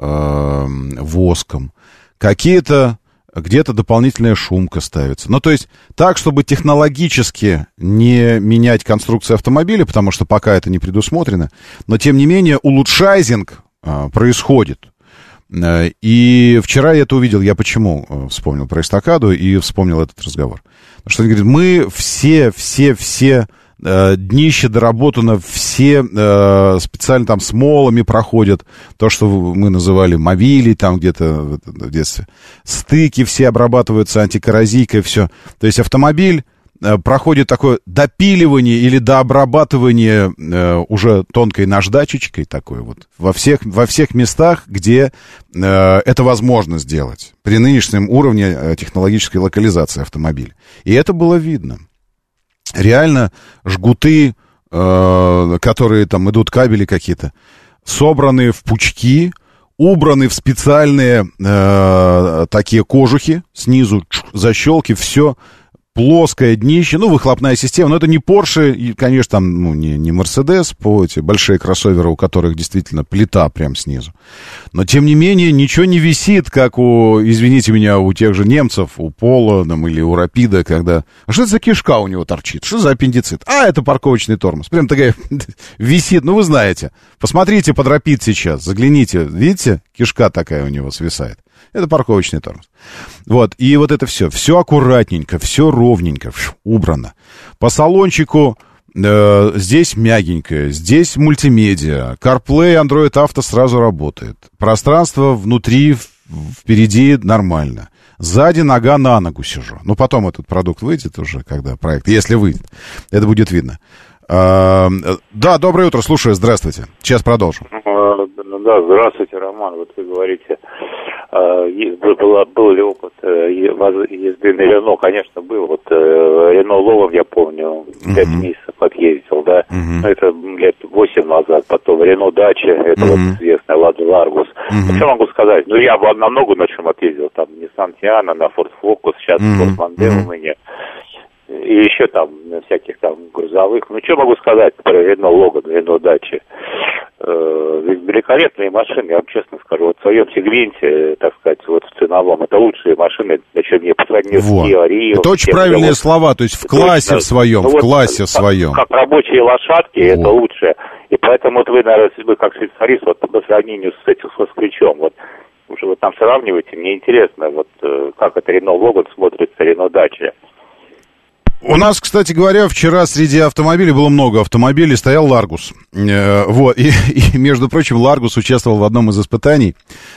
[SPEAKER 2] воском, какие-то где-то дополнительная шумка ставится. Ну, то есть так, чтобы технологически не менять конструкцию автомобиля, потому что пока это не предусмотрено, но, тем не менее, улучшайзинг происходит. И вчера я это увидел. Я почему вспомнил про эстакаду и вспомнил этот разговор? Потому что они говорят, мы все днище доработано, все специально там смолами проходят, то, что мы называли мовили, там где-то в детстве. Стыки все обрабатываются антикоррозийкой, все. То есть автомобиль проходит такое допиливание или дообрабатывание уже тонкой наждачечкой такой вот во всех местах, где это возможно сделать при нынешнем уровне технологической локализации автомобиля. И это было видно. Реально жгуты, которые там идут, кабели какие-то, собраны в пучки, убраны в специальные такие кожухи, снизу защелки, все. Плоское днище, ну, выхлопная система, но это не Porsche, и, конечно, там, ну, не Mercedes, эти большие кроссоверы, у которых действительно плита прям снизу. Но, тем не менее, ничего не висит, как извините меня, у тех же немцев, у Пола там, или у Рапида, когда... А что это за кишка у него торчит? Что за аппендицит? А, это парковочный тормоз. Прям такая висит, ну, вы знаете. Посмотрите под Рапид сейчас, загляните, видите, кишка такая у него свисает. Это парковочный тормоз. Вот, и вот это все аккуратненько, все ровненько, убрано. По салончику здесь мягенькое, здесь мультимедиа, CarPlay, Android Auto сразу работает. Пространство внутри, впереди нормально. Сзади нога на ногу сижу. Ну, потом этот продукт выйдет уже, когда проект, если выйдет, это будет видно. Да, доброе утро, слушаю, здравствуйте. Сейчас продолжим.
[SPEAKER 4] Да, здравствуйте, Роман. Вот вы говорите, был ли опыт езды на Рено? Конечно, был. Вот Рено Логан, я помню, 5 месяцев отъездил, да. Но это лет 8 назад. Потом Рено Дача, это вот известная Лада Ларгус. Что могу сказать? Ну, я на много на чем отъездил. Там Nissan Tiana, на Ford Focus, сейчас Ford Mondeo у меня. И еще там всяких там грузовых. Ну, что могу сказать про Рено Логан, Рено Дачи? Великолепные машины, я вам честно скажу. Вот в своем сегменте, так сказать, вот в ценовом, это лучшие машины, на чем я по сравнению с Kia Rio.
[SPEAKER 2] Это очень правильные слова, то есть в классе точно, в своем, ну, в классе в своем.
[SPEAKER 4] Как рабочие лошадки, это лучше. И поэтому вот вы, наверное, вы как специалист, вот по сравнению с этим с «Москвичом», вот уже вы там сравниваете, мне интересно, вот как это Рено Логан смотрится, Рено Дача.
[SPEAKER 2] У нас, кстати говоря, вчера среди автомобилей было много автомобилей, стоял Ларгус. Вот, и, между прочим, Ларгус участвовал в одном из испытаний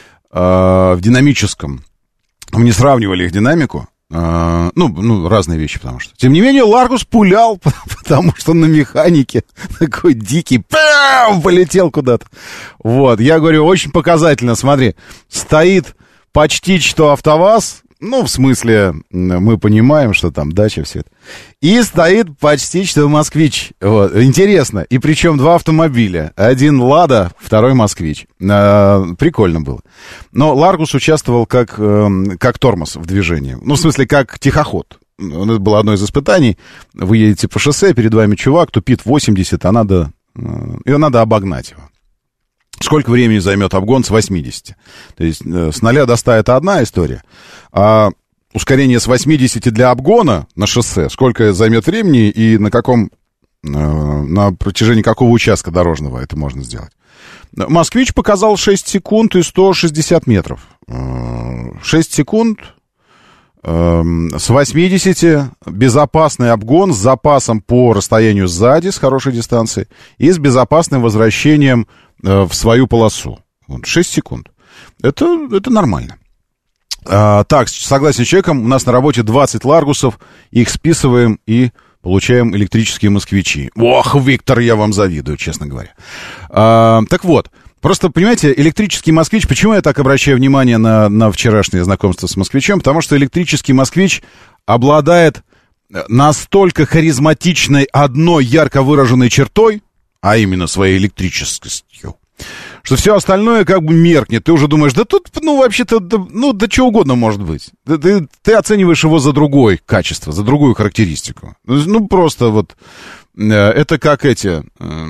[SPEAKER 2] в динамическом. Мы не сравнивали их динамику. Ну, разные вещи, потому что... Тем не менее, Ларгус пулял, потому что на механике такой дикий полетел куда-то. Вот, я говорю, очень показательно, смотри, стоит почти что АвтоВАЗ. Ну, в смысле, мы понимаем, что там дача, все это. И стоит почти что «Москвич». Вот. Интересно. И причем два автомобиля. Один «Лада», второй «Москвич». Прикольно было. Но Ларгус участвовал как тормоз в движении. Ну, в смысле, как тихоход. Это было одно из испытаний. Вы едете по шоссе, перед вами чувак, тупит 80, а надо обогнать его. Сколько времени займет обгон с 80? То есть с 0 до 100 это одна история, а ускорение с 80 для обгона на шоссе, сколько займет времени и на протяжении какого участка дорожного это можно сделать. «Москвич» показал 6 секунд и 160 метров. 6 секунд с 80, безопасный обгон с запасом по расстоянию сзади, с хорошей дистанции, и с безопасным возвращением в свою полосу. 6 секунд. Это нормально. Так, согласен с человеком, у нас на работе 20 «Ларгусов», их списываем и получаем электрические «Москвичи». Ох, Виктор, я вам завидую, честно говоря. Так вот, просто, понимаете, электрический «Москвич», почему я так обращаю внимание на вчерашнее знакомство с «Москвичом»? Потому что электрический «Москвич» обладает настолько харизматичной одной ярко выраженной чертой, а именно своей электрическостью, что все остальное как бы меркнет. Ты уже думаешь, да тут, вообще-то, да что угодно может быть. Ты оцениваешь его за другое качество, за другую характеристику. Просто вот, это как эти,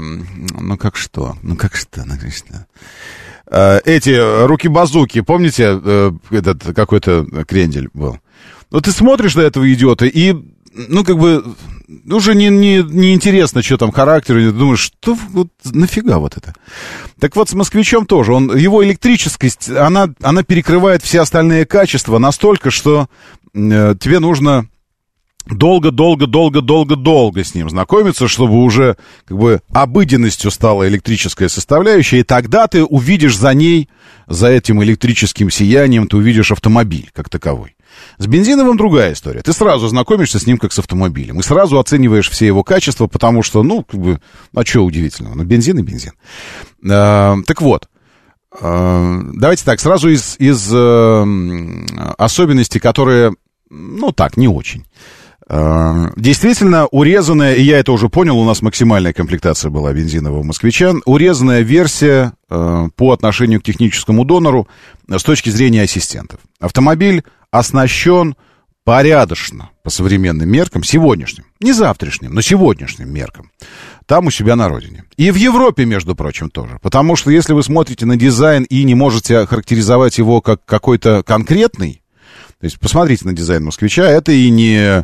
[SPEAKER 2] эти руки-базуки, помните, этот какой-то крендель был? Ты смотришь на этого идиота и, уже не интересно, что там характер, и думаешь, что вот нафига вот это? Так вот, с «Москвичом» тоже. Его электрическость, она перекрывает все остальные качества настолько, что тебе нужно долго с ним знакомиться, чтобы уже как бы обыденностью стала электрическая составляющая, и тогда ты увидишь за этим электрическим сиянием, ты увидишь автомобиль как таковой. С бензиновым другая история. Ты сразу знакомишься с ним как с автомобилем. И сразу оцениваешь все его качества, потому что, а что удивительного? Бензин и бензин. Так вот, давайте так, сразу из особенностей, которые, не очень. Действительно, урезанная, и я это уже понял, у нас максимальная комплектация была бензинового «Москвича», урезанная версия по отношению к техническому донору с точки зрения ассистентов. Автомобиль оснащен порядочно по современным меркам, сегодняшним, не завтрашним, но сегодняшним меркам, там у себя на родине. И в Европе, между прочим, тоже. Потому что если вы смотрите на дизайн и не можете охарактеризовать его как какой-то конкретный, то есть посмотрите на дизайн «Москвича», это и не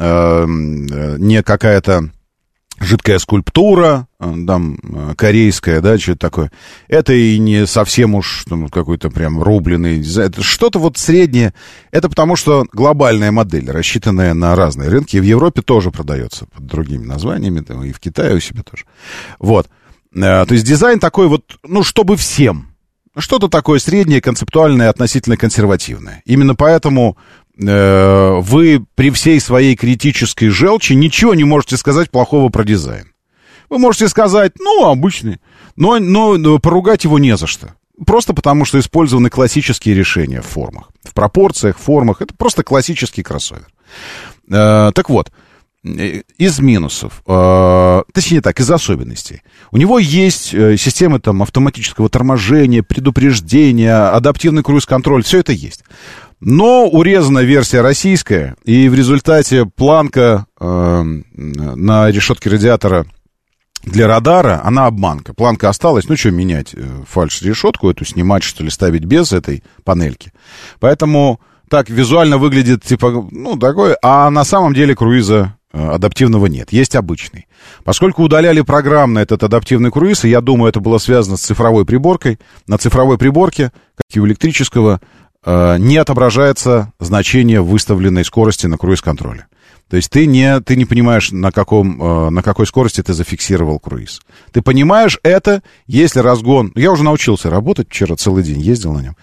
[SPEAKER 2] какая-то жидкая скульптура, там, корейская, да, что-то такое. Это и не совсем уж какой-то прям рубленый дизайн. Это что-то вот среднее. Это потому, что глобальная модель, рассчитанная на разные рынки, и в Европе тоже продается под другими названиями, там, и в Китае у себя тоже. Вот. То есть дизайн такой вот, чтобы всем. Что-то такое среднее, концептуальное, относительно консервативное. Именно поэтому вы при всей своей критической желчи ничего не можете сказать плохого про дизайн. Вы можете сказать, обычный, но поругать его не за что. Просто потому, что использованы классические решения в формах. В пропорциях, формах. Это просто классический кроссовер. Так вот, из минусов, точнее так, из особенностей. У него есть системы там, автоматического торможения, предупреждения, адаптивный круиз-контроль, все это есть. Но урезана версия российская, и в результате планка на решетке радиатора для радара, она обманка. Планка осталась, что менять фальш-решетку эту, снимать, что ли, ставить без этой панельки. Поэтому так визуально выглядит, такое, а на самом деле круиза адаптивного нет, есть обычный. Поскольку удаляли программно этот адаптивный круиз, и я думаю, это было связано с цифровой приборкой, на цифровой приборке, как и у электрического, не отображается значение выставленной скорости на круиз-контроле. То есть ты не понимаешь, на какой скорости ты зафиксировал круиз. Ты понимаешь это, если разгон... Я уже научился работать, вчера целый день ездил на нем.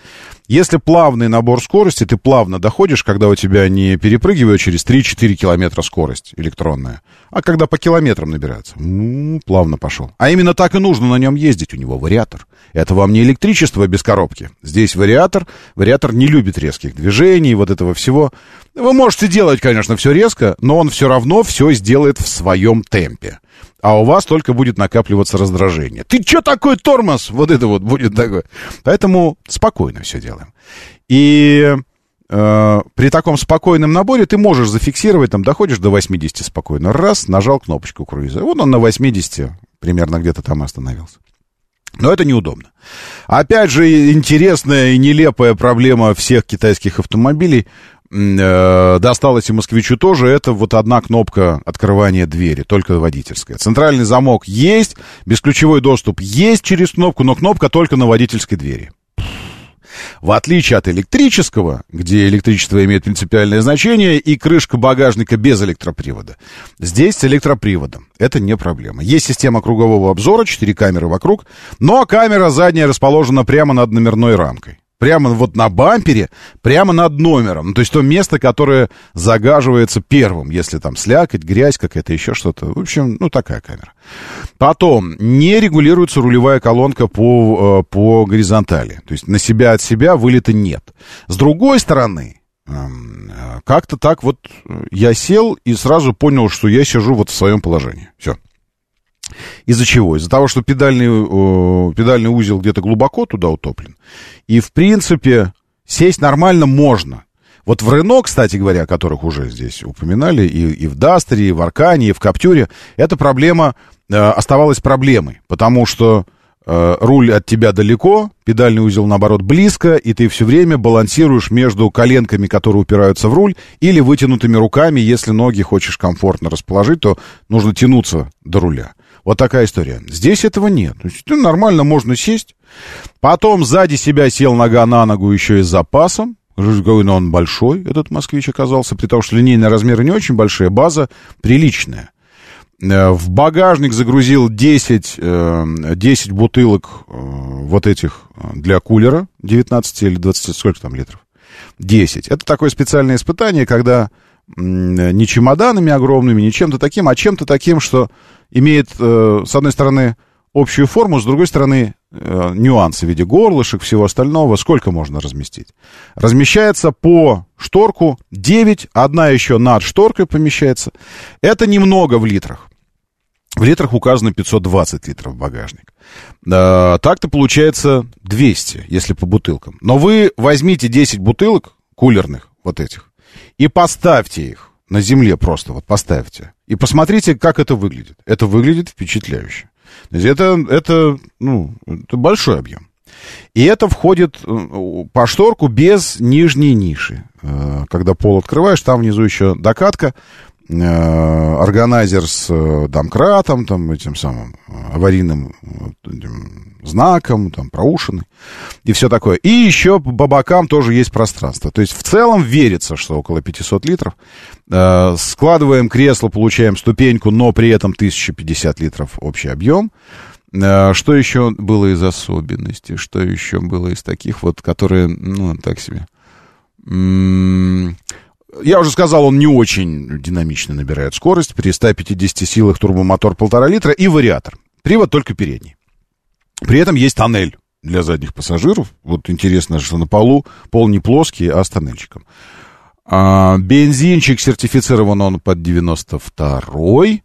[SPEAKER 2] Если плавный набор скорости, ты плавно доходишь, когда у тебя не перепрыгивает через 3-4 километра скорость электронная, а когда по километрам набирается. Плавно пошел. А именно так и нужно на нем ездить. У него вариатор. Это вам не электричество без коробки. Здесь вариатор. Вариатор не любит резких движений, вот этого всего. Вы можете делать, конечно, все резко, но он все равно все сделает в своем темпе. А у вас только будет накапливаться раздражение. Ты что такой тормоз? Вот это вот будет такое. Поэтому спокойно все делаем. И при таком спокойном наборе ты можешь зафиксировать, там, доходишь до 80 спокойно. Раз, нажал кнопочку круиза. Вот он на 80 примерно где-то там остановился. Но это неудобно. Опять же, интересная и нелепая проблема всех китайских автомобилей, досталось и москвичу тоже, это вот одна кнопка открывания двери, только водительская. Центральный замок есть, бесключевой доступ есть через кнопку, но кнопка только на водительской двери. В отличие от электрического, где электричество имеет принципиальное значение, и крышка багажника без электропривода. Здесь с электроприводом. Это не проблема. Есть система кругового обзора, 4 камеры вокруг, но камера задняя расположена прямо над номерной рамкой. Прямо вот на бампере, прямо над номером. Ну, то есть то место, которое загаживается первым, если там слякоть, грязь какая-то, еще что-то. В общем, ну, такая камера. Потом, не регулируется рулевая колонка по горизонтали. То есть на себя от себя вылета нет. С другой стороны, как-то так вот я сел и сразу понял, что я сижу вот в своем положении. Все. Из-за чего? Из-за того, что педальный узел где-то глубоко туда утоплен. И, в принципе, сесть нормально можно. Вот в Рено, кстати говоря, которых уже здесь упоминали, и в Дастере, и в Аркане, и в Каптюре, эта проблема оставалась проблемой. Потому что руль от тебя далеко, педальный узел, наоборот, близко, и ты все время балансируешь между коленками, которые упираются в руль, или вытянутыми руками. Если ноги хочешь комфортно расположить, то нужно тянуться до руля. Вот такая история. Здесь этого нет. То есть, нормально можно сесть. Потом сзади себя сел нога на ногу еще и с запасом. Но он большой, этот москвич оказался. При том, что линейные размеры не очень большие, база приличная. В багажник загрузил 10 бутылок вот этих для кулера. 19 или 20, сколько там литров? 10. Это такое специальное испытание, когда не чемоданами огромными, не чем-то таким, а чем-то таким, что имеет, с одной стороны, общую форму, с другой стороны, нюансы в виде горлышек, всего остального. Сколько можно разместить? Размещается по шторку 9, одна еще над шторкой помещается. Это немного в литрах. В литрах указано 520 литров багажник. Так-то получается 200, если по бутылкам. Но вы возьмите 10 бутылок кулерных, вот этих, и поставьте их на земле просто, вот поставьте. И посмотрите, как это выглядит. Это выглядит впечатляюще. То есть это большой объем. И это входит по шторку без нижней ниши. Когда пол открываешь, там внизу еще докатка, органайзер с домкратом, там, этим самым аварийным знаком, там, проушиной и все такое. И еще по бокам тоже есть пространство. То есть в целом верится, что около 500 литров. Складываем кресло, получаем ступеньку, но при этом 1050 литров общий объем. Что еще было из особенностей? Что еще было из таких вот, которые, так себе... Я уже сказал, он не очень динамично набирает скорость. При 150 силах турбомотор 1,5 литра и вариатор. Привод только передний. При этом есть тоннель для задних пассажиров. Вот интересно, что на полу пол не плоский, а с тоннельчиком. Бензинчик сертифицирован он под 92-й.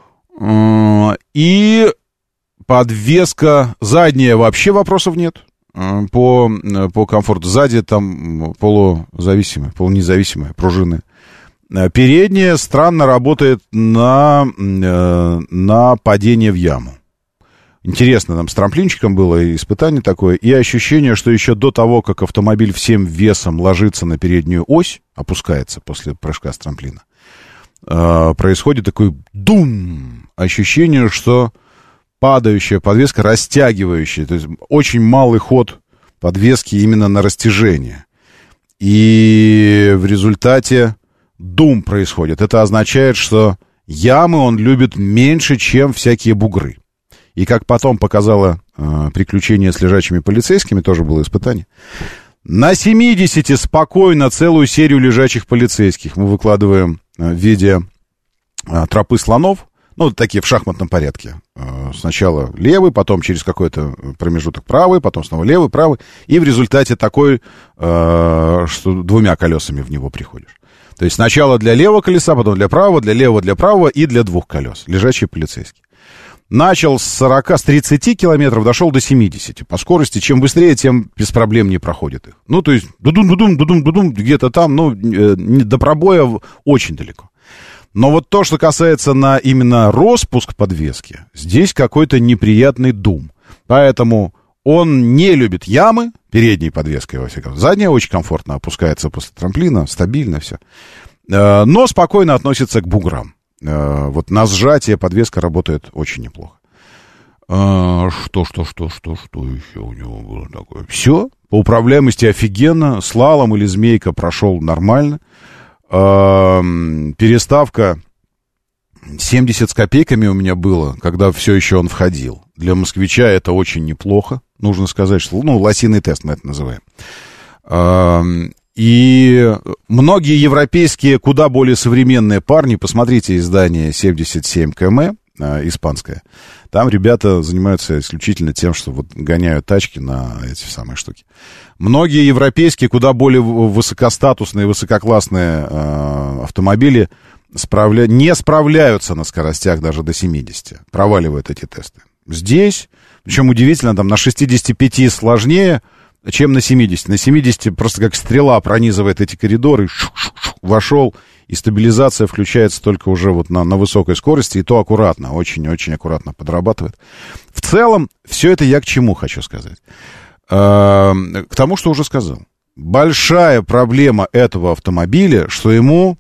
[SPEAKER 2] И подвеска задняя, вообще вопросов нет. По комфорту. Сзади там полунезависимая пружины. Передняя странно работает на падение в яму. Интересно, нам с трамплинчиком было испытание такое, и ощущение, что еще до того, как автомобиль всем весом ложится на переднюю ось, опускается после прыжка с трамплина, происходит такой дум, ощущение, что падающая подвеска, растягивающая, то есть очень малый ход подвески именно на растяжение. И в результате дум происходит. Это означает, что ямы он любит меньше, чем всякие бугры. И как потом показало приключение с лежачими полицейскими, тоже было испытание, На 70 спокойно целую серию лежачих полицейских мы выкладываем в виде тропы слонов. Ну, такие в шахматном порядке. Сначала левый, потом через какой-то промежуток правый, потом снова левый, правый. И в результате такой, что двумя колесами в него приходишь. То есть сначала для левого колеса, потом для правого, для правого и для двух колес. Лежачие полицейские. Начал с 30 километров, дошел до 70. По скорости, чем быстрее, тем без проблем не проходит их. Ну, то есть, дудум, где-то там, ну, до пробоя очень далеко. Но вот то, что касается именно распуск подвески, здесь какой-то неприятный дум. Поэтому он не любит ямы, передней подвеской, во всяком случае. Задняя очень комфортно опускается после трамплина, стабильно все. Но спокойно относится к буграм. Вот на сжатие подвеска работает очень неплохо. Что еще у него было такое? Все, по управляемости офигенно. Слалом или змейка прошел нормально. Переставка 70 с копейками у меня было, когда все еще он входил. Для москвича это очень неплохо. Нужно сказать, что, лосиный тест мы это называем. И многие европейские, куда более современные парни, посмотрите издание 77 км, испанское, там ребята занимаются исключительно тем, что вот гоняют тачки на эти самые штуки. Многие европейские, куда более высокостатусные, высококлассные автомобили не справляются на скоростях даже до 70, проваливают эти тесты. Здесь, причем удивительно, там на 65 сложнее, чем на 70. На 70 просто как стрела пронизывает эти коридоры, вошел, и стабилизация включается только уже вот на высокой скорости, и то аккуратно, очень-очень аккуратно подрабатывает. В целом, все это я к чему хочу сказать? К тому, что уже сказал. Большая проблема этого автомобиля, что ему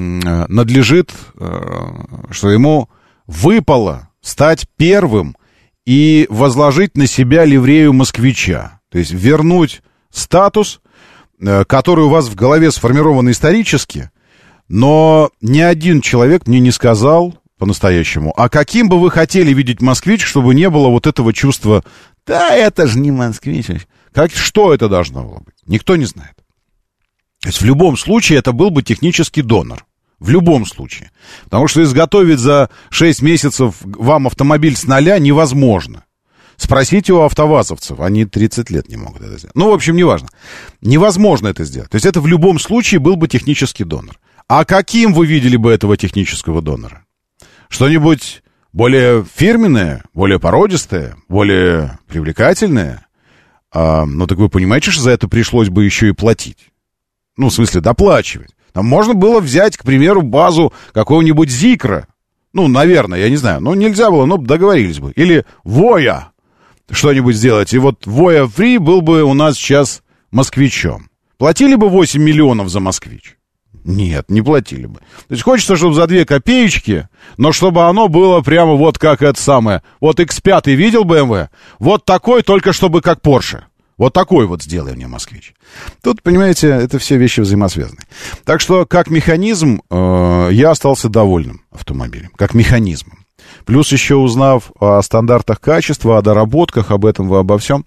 [SPEAKER 2] что ему выпало стать первым и возложить на себя ливрею москвича. То есть вернуть статус, который у вас в голове сформирован исторически, но ни один человек мне не сказал по-настоящему, а каким бы вы хотели видеть москвич, чтобы не было вот этого чувства, да это же не москвич. Что это должно было быть? Никто не знает. То есть в любом случае это был бы технический донор. В любом случае. Потому что изготовить за 6 месяцев вам автомобиль с нуля невозможно. Спросите у автовазовцев, они 30 лет не могут это сделать. В общем, неважно. Невозможно это сделать. То есть это в любом случае был бы технический донор. А каким вы видели бы этого технического донора? Что-нибудь более фирменное, более породистое, более привлекательное? Так вы понимаете, что за это пришлось бы еще и платить? В смысле, доплачивать. Там можно было взять, к примеру, базу какого-нибудь Зикра. Наверное, я не знаю. Нельзя было, но договорились бы. Или Воя что-нибудь сделать. И вот Воя Фри был бы у нас сейчас москвичом. Платили бы 8 миллионов за москвич? Нет, не платили бы. То есть хочется, чтобы за 2 копеечки, но чтобы оно было прямо вот как это самое. Вот X5 видел BMW? Вот такой, только чтобы как Porsche. Вот такой вот сделай мне москвич. Тут, понимаете, это все вещи взаимосвязаны. Так что, как механизм, я остался довольным автомобилем. Как механизмом. Плюс еще узнав о стандартах качества, о доработках, об этом, обо всем.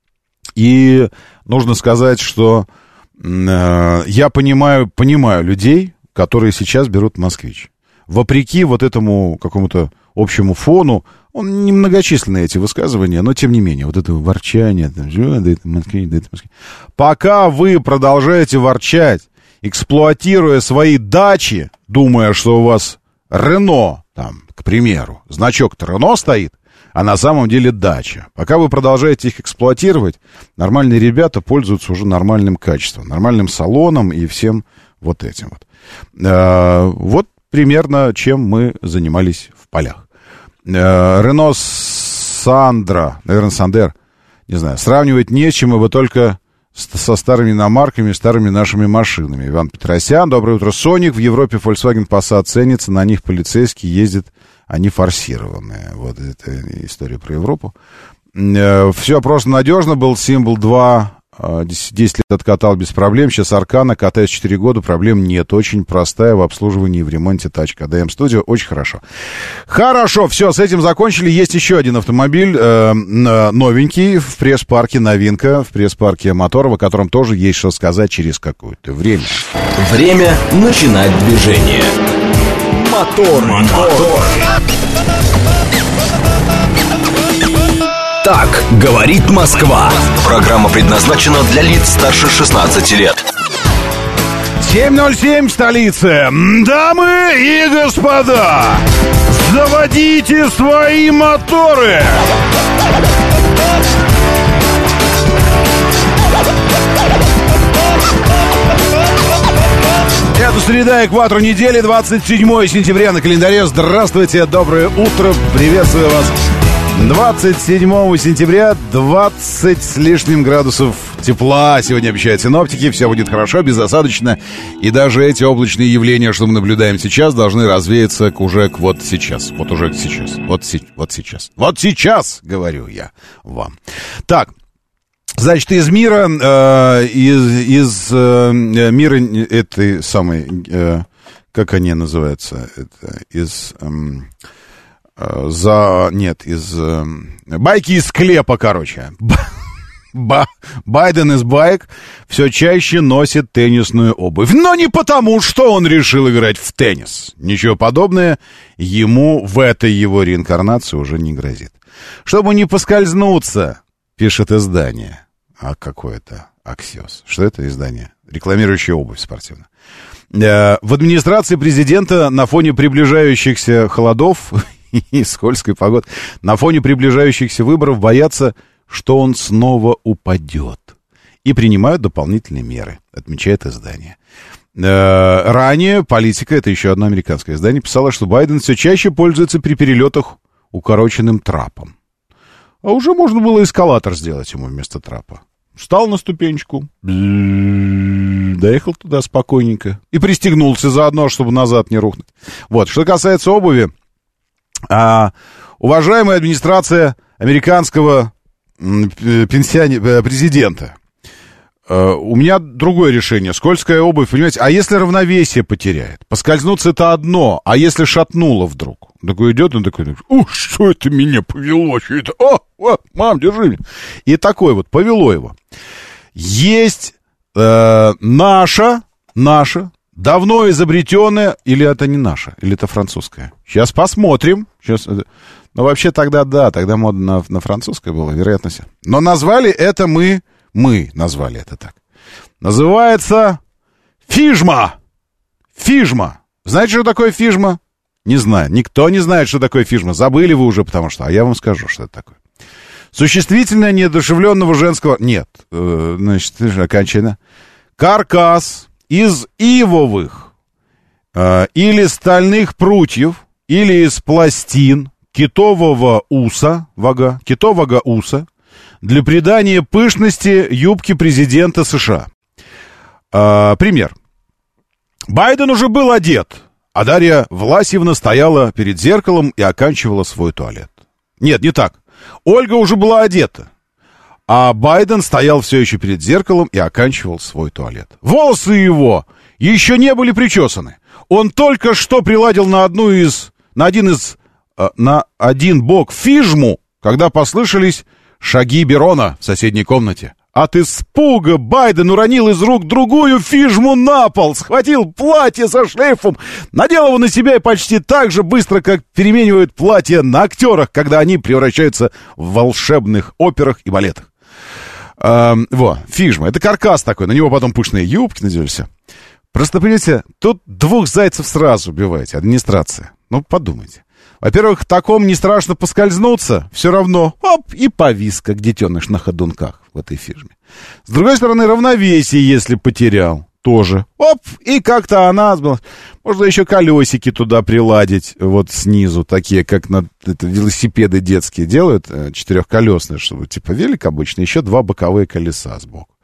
[SPEAKER 2] И нужно сказать, что я понимаю людей, которые сейчас берут москвич. Вопреки вот этому какому-то общему фону, он немногочисленные эти высказывания, но тем не менее, вот это ворчание, да это москвич, да это москвич. Пока вы продолжаете ворчать, эксплуатируя свои дачи, думая, что у вас Рено, там, к примеру, значок-то Рено стоит, а на самом деле дача. Пока вы продолжаете их эксплуатировать, нормальные ребята пользуются уже нормальным качеством, нормальным салоном и всем вот этим вот. Вот примерно чем мы занимались в полях. Рено Сандра, наверное, Сандер, не знаю, сравнивать не с чем, ибо только со старыми иномарками, старыми нашими машинами. Иван Петросян, доброе утро. Соник, в Европе Volkswagen Passat ценится, на них полицейские ездят, они форсированные. Вот это история про Европу. Все просто надежно, был символ 2 10 лет откатал без проблем. Сейчас Аркана, катаюсь 4 года, проблем нет. Очень простая в обслуживании и в ремонте тачка. ДМ Студио, очень хорошо. Хорошо, все, с этим закончили. Есть еще один автомобиль, новенький, в пресс-парке, новинка, в пресс-парке Моторова, о котором тоже есть что сказать через какое-то время.
[SPEAKER 1] Время начинать движение. Мотор. Так говорит Москва. Программа предназначена для лиц старше 16 лет.
[SPEAKER 2] 7:07 в столице. Дамы и господа, заводите свои моторы. Это среда, экватор недели, 27 сентября на календаре. Здравствуйте, доброе утро, приветствую вас. 27 сентября 20 с лишним градусов тепла. Сегодня обещают синоптики, все будет хорошо, безосадочно. И даже эти облачные явления, что мы наблюдаем сейчас, должны развеяться уже к вот сейчас. Вот уже сейчас. Вот сейчас. Вот сейчас, говорю я вам. Так. Значит, из мира, мира этой самой, как они называются, это, из байки из склепа, короче. Байден из байк все чаще носит теннисную обувь. Но не потому, что он решил играть в теннис. Ничего подобного ему в этой его реинкарнации уже не грозит. Чтобы не поскользнуться, пишет издание. А какое-то Axios. Что это издание? Рекламирующее обувь спортивную. В администрации президента на фоне приближающихся холодов и скользкой погоды, на фоне приближающихся выборов боятся, что он снова упадет. И принимают дополнительные меры, отмечает издание. Ранее «Политика», это еще одно американское издание, писало, что Байден все чаще пользуется при перелетах укороченным трапом. А уже можно было эскалатор сделать ему вместо трапа. Встал на ступенечку, доехал туда спокойненько и пристегнулся заодно, чтобы назад не рухнуть. Вот, что касается обуви, уважаемая администрация американского президента, у меня другое решение. Скользкая обувь, понимаете, а если равновесие потеряет? Поскользнуться это одно, а если шатнуло вдруг? Такой идет, он такой, что это меня повело? Что это? Мам, держи меня. И такой вот, повело его. Есть наша, давно изобретенная, или это не наша, или это французская? Сейчас посмотрим. Ну, вообще тогда модно на французское было, вероятно. Но назвали это мы назвали это так. Называется фижма. Фижма. Знаете, что такое фижма? Не знаю. Никто не знает, что такое фижма. Забыли вы уже, потому что... А я вам скажу, что это такое. Существительное неодушевленного женского... Нет. Значит, окончательно. Каркас из ивовых или стальных прутьев, или из пластин китового уса, китового уса, для придания пышности юбки президента США. Пример. Байден уже был одет, а Дарья Власьевна стояла перед зеркалом и оканчивала свой туалет. Нет, не так. Ольга уже была одета, а Байден стоял все еще перед зеркалом и оканчивал свой туалет. Волосы его еще не были причесаны. Он только что приладил на один бок фижму, когда послышались шаги Берона в соседней комнате. От испуга Байден уронил из рук другую фижму на пол, схватил платье со шлейфом, надел его на себя и почти так же быстро, как переменивают платья на актерах, когда они превращаются в волшебных операх и балетах. Фижма. Это каркас такой, на него потом пышные юбки надевались. Просто, понимаете, тут двух зайцев сразу убиваете, администрация. Ну, подумайте. Во-первых, в таком не страшно поскользнуться, все равно, и повис, как детеныш на ходунках в этой фирме. С другой стороны, равновесие, если потерял, тоже, и как-то она, можно еще колесики туда приладить, вот снизу, такие, как на велосипеды детские делают, четырехколесные, чтобы, типа велик обычно, еще два боковые колеса сбоку.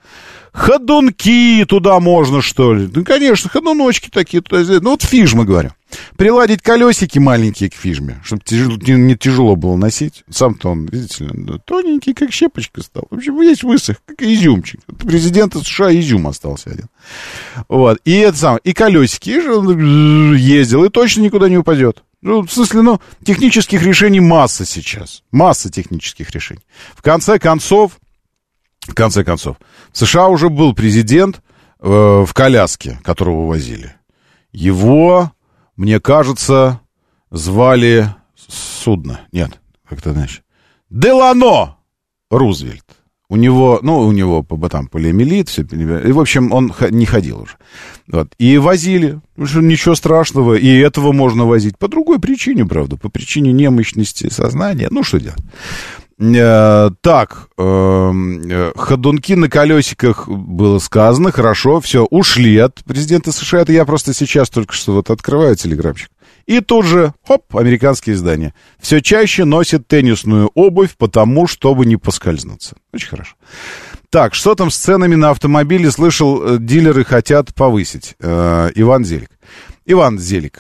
[SPEAKER 2] Ходунки туда можно, что ли? Ну, конечно, ходуночки такие туда сделать. Ну, вот фижма, говорю. Приладить колесики маленькие к фижме, чтобы не тяжело было носить. Сам-то он, видите ли, тоненький, как щепочка стал. В общем, весь высох, как изюмчик. От президента США изюм остался один. Вот. И это самое. И колесики. И же он ездил, и точно никуда не упадет. Ну, в смысле, технических решений масса сейчас. Масса технических решений. В конце концов, в США уже был президент в коляске, которого возили. Его, мне кажется, звали судно. Нет, как-то значит. Делано Рузвельт. У него там полиомиелит, все, и, в общем, он не ходил уже. Вот. И возили. Ничего страшного, и этого можно возить. По другой причине, правда, по причине немощности сознания. Ну, что делать? Так, ходунки на колесиках было сказано, хорошо, все, ушли от президента США. Это я просто сейчас только что вот открываю телеграмчик. И тут же, хоп, американские издания. Все чаще носят теннисную обувь, потому, чтобы не поскользнуться. Очень хорошо. Так, что там с ценами на автомобили? Слышал, дилеры хотят повысить. Иван Зелик. Иван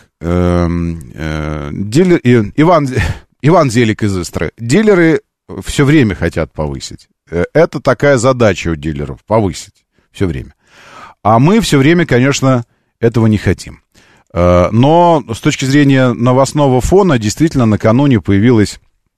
[SPEAKER 2] Зелик из Истры. Дилеры все время хотят повысить. Это такая задача у дилеров, повысить все время. А мы все время, конечно, этого не хотим. Но с точки зрения новостного фона, действительно, накануне появилась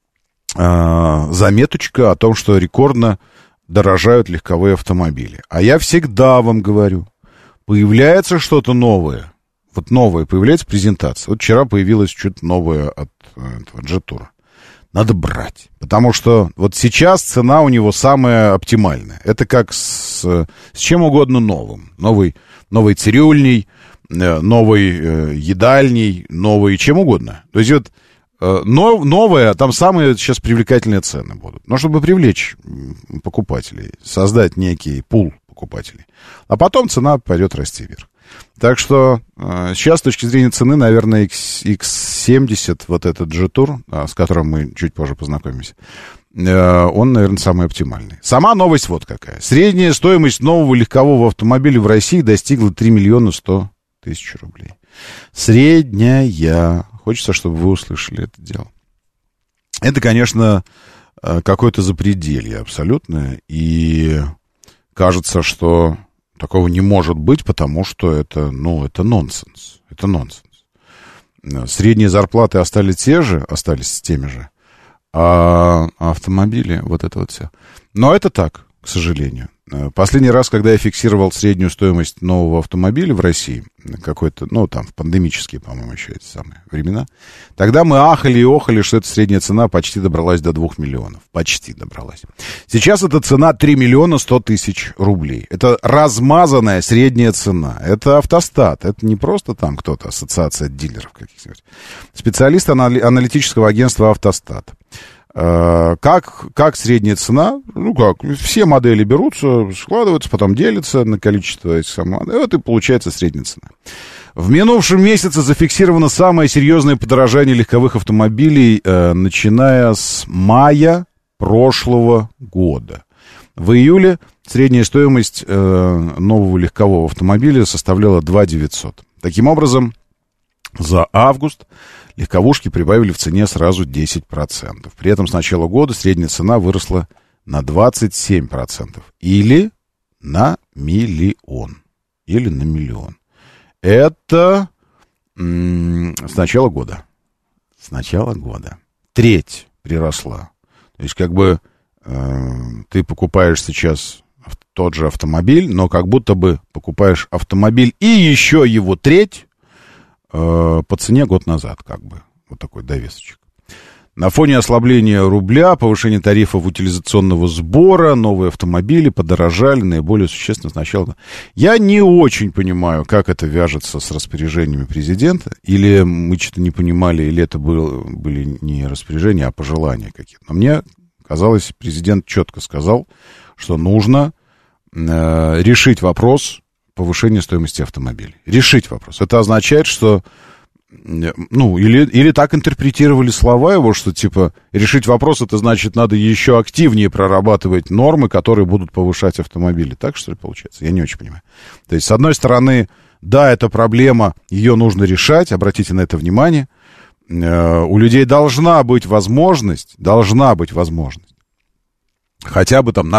[SPEAKER 2] заметочка о том, что рекордно дорожают легковые автомобили. А я всегда вам говорю, появляется что-то новое. Вот новое, появляется презентация. Вот вчера появилось что-то новое от Джетура. Надо брать. Потому что вот сейчас цена у него самая оптимальная. Это как с чем угодно новым. Новой цирюльней, новой едальней, новой чем угодно. То есть вот новое, там самые сейчас привлекательные цены будут. Но чтобы привлечь покупателей, создать некий пул покупателей. А потом цена пойдет расти вверх. Так что сейчас, с точки зрения цены, наверное, X70, вот этот G-Tour, с которым мы чуть позже познакомимся, он, наверное, самый оптимальный. Сама новость вот какая. Средняя стоимость нового легкового автомобиля в России достигла 3 миллиона 100 тысяч рублей. Средняя. Хочется, чтобы вы услышали это дело. Это, конечно, какое-то запределье абсолютное. И кажется, что такого не может быть, потому что это нонсенс. Это нонсенс. Средние зарплаты остались теми же, а автомобили, вот это вот все. Но это так, к сожалению. Последний раз, когда я фиксировал среднюю стоимость нового автомобиля в России, какой-то, там, в пандемические, по-моему, еще эти самые времена, тогда мы ахали и охали, что эта средняя цена почти добралась до 2 миллионов. Почти добралась. Сейчас эта цена 3 миллиона 100 тысяч рублей. Это размазанная средняя цена. Это автостат. Это не просто там кто-то, ассоциация дилеров каких-нибудь. Специалист аналитического агентства «Автостат». Как средняя цена, все модели берутся, складываются, потом делятся на количество этих самых моделей, вот и получается средняя цена. В минувшем месяце зафиксировано самое серьезное подорожание легковых автомобилей, начиная с мая прошлого года. В июле средняя стоимость нового легкового автомобиля составляла 2 900. Таким образом, за август легковушки прибавили в цене сразу 10%. При этом с начала года средняя цена выросла на 27%. Или на миллион. Это с начала года. Треть приросла. То есть, ты покупаешь сейчас тот же автомобиль, но как будто бы покупаешь автомобиль и еще его треть по цене год назад, вот такой довесочек. На фоне ослабления рубля, повышения тарифов утилизационного сбора, новые автомобили подорожали наиболее существенно с начала. Я не очень понимаю, как это вяжется с распоряжениями президента, или мы что-то не понимали, или это были не распоряжения, а пожелания какие-то. Но мне казалось, президент четко сказал, что нужно решить вопрос повышения стоимости автомобилей. Решить вопрос. Это означает, что ну, или так интерпретировали слова его, что, типа, решить вопрос, это значит, надо еще активнее прорабатывать нормы, которые будут повышать автомобили. Так, что ли, получается? Я не очень понимаю. То есть, с одной стороны, да, это проблема, ее нужно решать, обратите на это внимание. У людей должна быть возможность, хотя бы там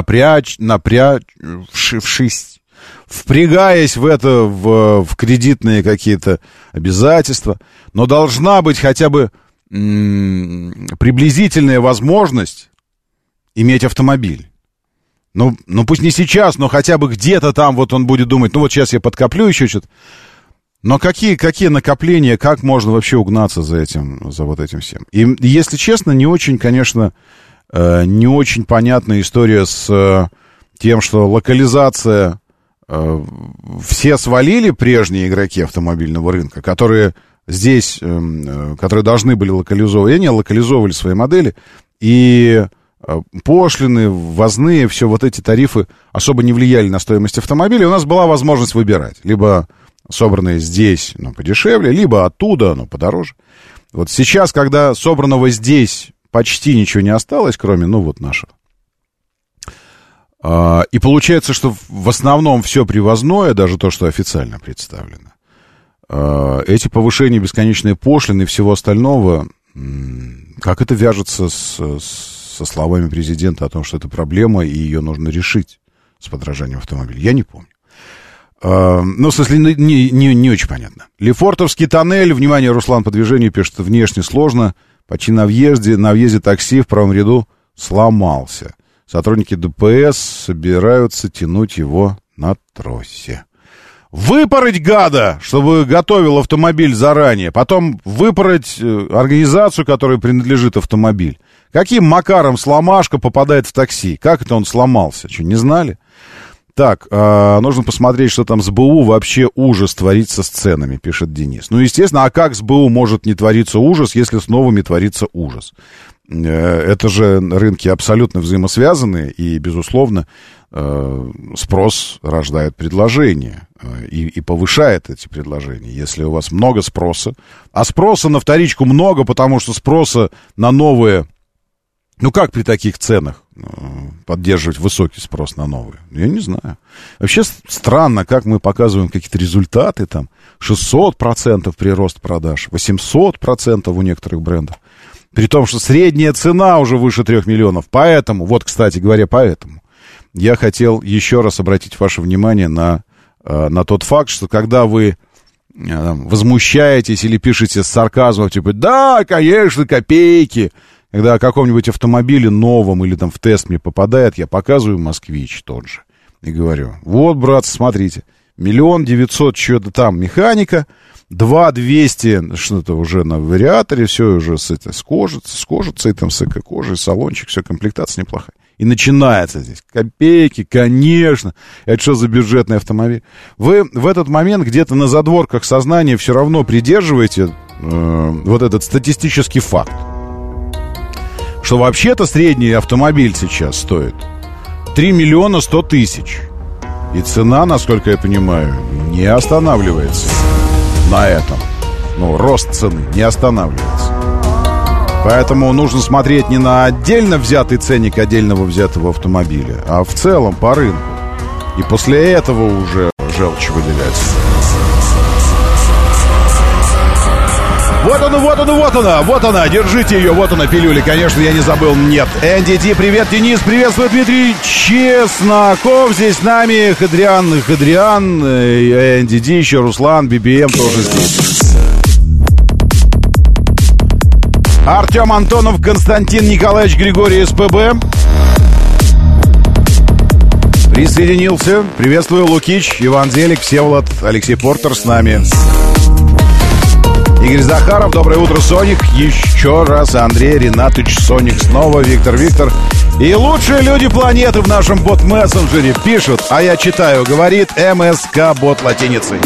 [SPEAKER 2] впрягаясь в это, в кредитные какие-то обязательства, но должна быть хотя бы приблизительная возможность иметь автомобиль. Ну, пусть не сейчас, но хотя бы где-то там вот он будет думать, ну вот сейчас я подкоплю еще что-то. Но какие накопления, как можно вообще угнаться за вот этим всем? И, если честно, не очень, конечно, не очень понятная история с тем, что локализация... Все свалили прежние игроки автомобильного рынка, которые здесь, которые должны были локализовывать, они локализовывали свои модели, и пошлины, ввозные, все вот эти тарифы особо не влияли на стоимость автомобиля. У нас была возможность выбирать, либо собранные здесь, но подешевле, либо оттуда, но подороже. Вот сейчас, когда собранного здесь почти ничего не осталось, кроме, ну, вот нашего. И получается, что в основном все привозное, даже то, что официально представлено, эти повышения бесконечной пошлины и всего остального, как это вяжется со словами президента о том, что это проблема и ее нужно решить с подорожанием автомобилей, я не помню. Ну, в смысле, не очень понятно. Лефортовский тоннель, внимание, Руслан по движению пишет, внешне сложно, почти на въезде такси в правом ряду сломался. Сотрудники ДПС собираются тянуть его на тросе. Выпороть гада, чтобы готовил автомобиль заранее. Потом выпороть организацию, которой принадлежит автомобиль. Каким макаром сломашка попадает в такси? Как это он сломался? Что, не знали? Так, нужно посмотреть, что там с БУ вообще ужас творится с ценами, пишет Денис. Ну, естественно, а как с БУ может не твориться ужас, если с новыми творится ужас? Это же рынки абсолютно взаимосвязаны, и, безусловно, спрос рождает предложение и повышает эти предложения. Если у вас много спроса, а спроса на вторичку много, потому что спроса на новые... Ну, как при таких ценах поддерживать высокий спрос на новые? Я не знаю. Вообще странно, как мы показываем какие-то результаты, там, 600% прирост продаж, 800% у некоторых брендов. При том, что средняя цена уже выше 3 миллионов. Поэтому, вот, кстати говоря, поэтому я хотел еще раз обратить ваше внимание на тот факт, что когда вы возмущаетесь или пишете с сарказмом, типа, да, конечно, копейки, когда о каком-нибудь автомобиле новом или там в тест мне попадает, я показываю «Москвич» тот же. И говорю, вот, братцы, смотрите, 1 900 000 что-то там механика, 2 200 что-то уже на вариаторе, все уже с кожицей, там, с эко-кожей, салончик, все, комплектация неплохая. И начинается здесь копейки, конечно. Это что за бюджетный автомобиль? Вы в этот момент где-то на задворках сознания все равно придерживаете вот этот статистический факт, что вообще-то средний автомобиль сейчас стоит 3 100 000. И цена, насколько я понимаю, не останавливается на этом. Ну, рост цены не останавливается. Поэтому нужно смотреть не на отдельно взятый ценник отдельного взятого автомобиля, а в целом по рынку. И после этого уже желчь выделяется. Вот она, держите ее, вот она, пилюля, конечно, я не забыл, нет. Энди Ди, привет, Денис, приветствую, Дмитрий Чесноков, здесь с нами, Хадриан, Энди Ди, еще Руслан, BBM тоже здесь. Артем Антонов, Константин Николаевич Григорий, СПБ. Присоединился, приветствую, Лукич, Иван Зелик, Всеволод, Алексей Портер с нами. Игорь Захаров, доброе утро, Соник. Еще раз Андрей Ринатович, Соник снова, Виктор. И лучшие люди планеты в нашем бот-мессенджере пишут, а я читаю, говорит МСК бот латиницей.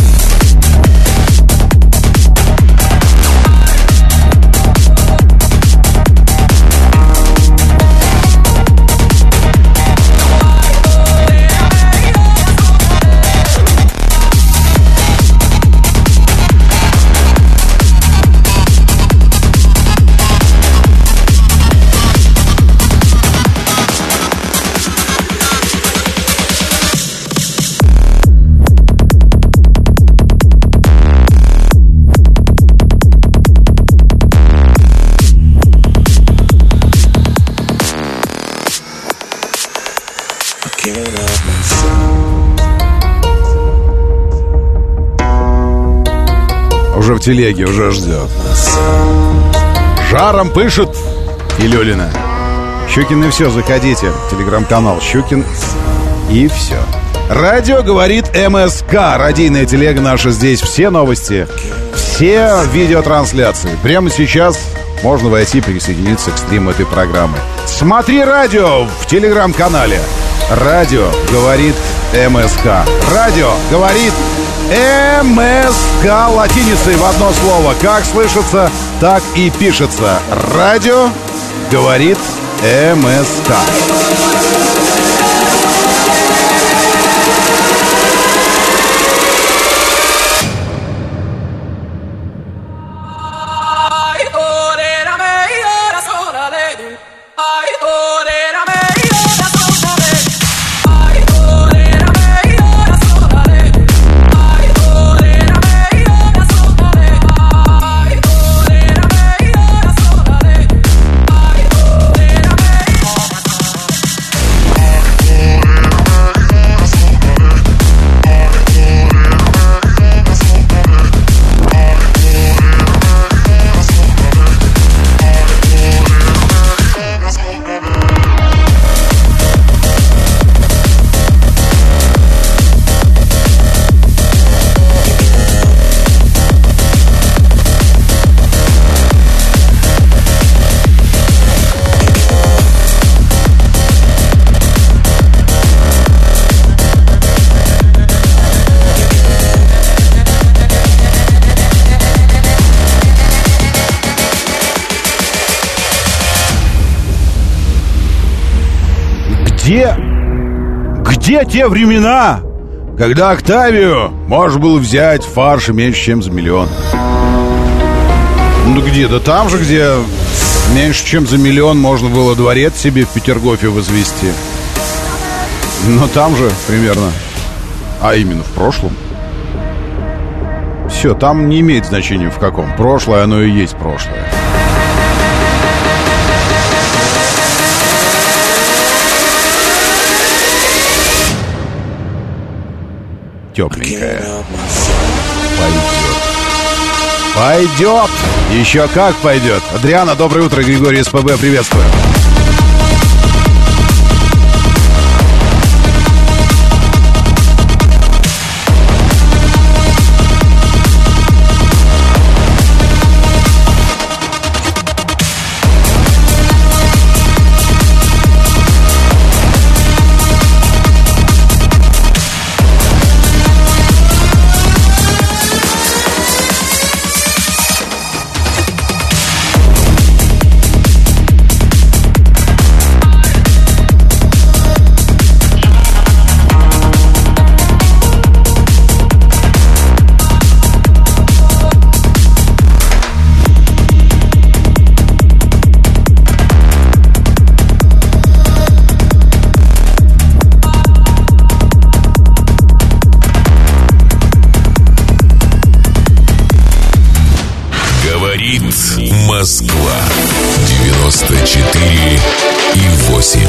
[SPEAKER 2] Уже в телеге, уже ждет. Жаром пышет Илюлина. Щукин и все, заходите. Телеграм-канал Щукин и все. Радио говорит МСК. Радийная телега наша здесь. Все новости, все видеотрансляции. Прямо сейчас можно войти и присоединиться к стриму этой программы. Смотри радио в телеграм-канале. Радио говорит МСК. Радио говорит МСК латиницей в одно слово. Как слышится, так и пишется. Радио говорит МСК. Где те времена, когда Октавию можно было взять фарш меньше, чем за миллион? Ну где? Да там же, где меньше, чем за миллион можно было дворец себе в Петергофе возвести. Но там же примерно. А именно в прошлом. Все, там не имеет значения в каком. Прошлое, оно и есть прошлое. Тепленькая. Пойдет. Еще как пойдет. Адриана, доброе утро. Григорий СПБ, приветствую.
[SPEAKER 1] Москва 94,8.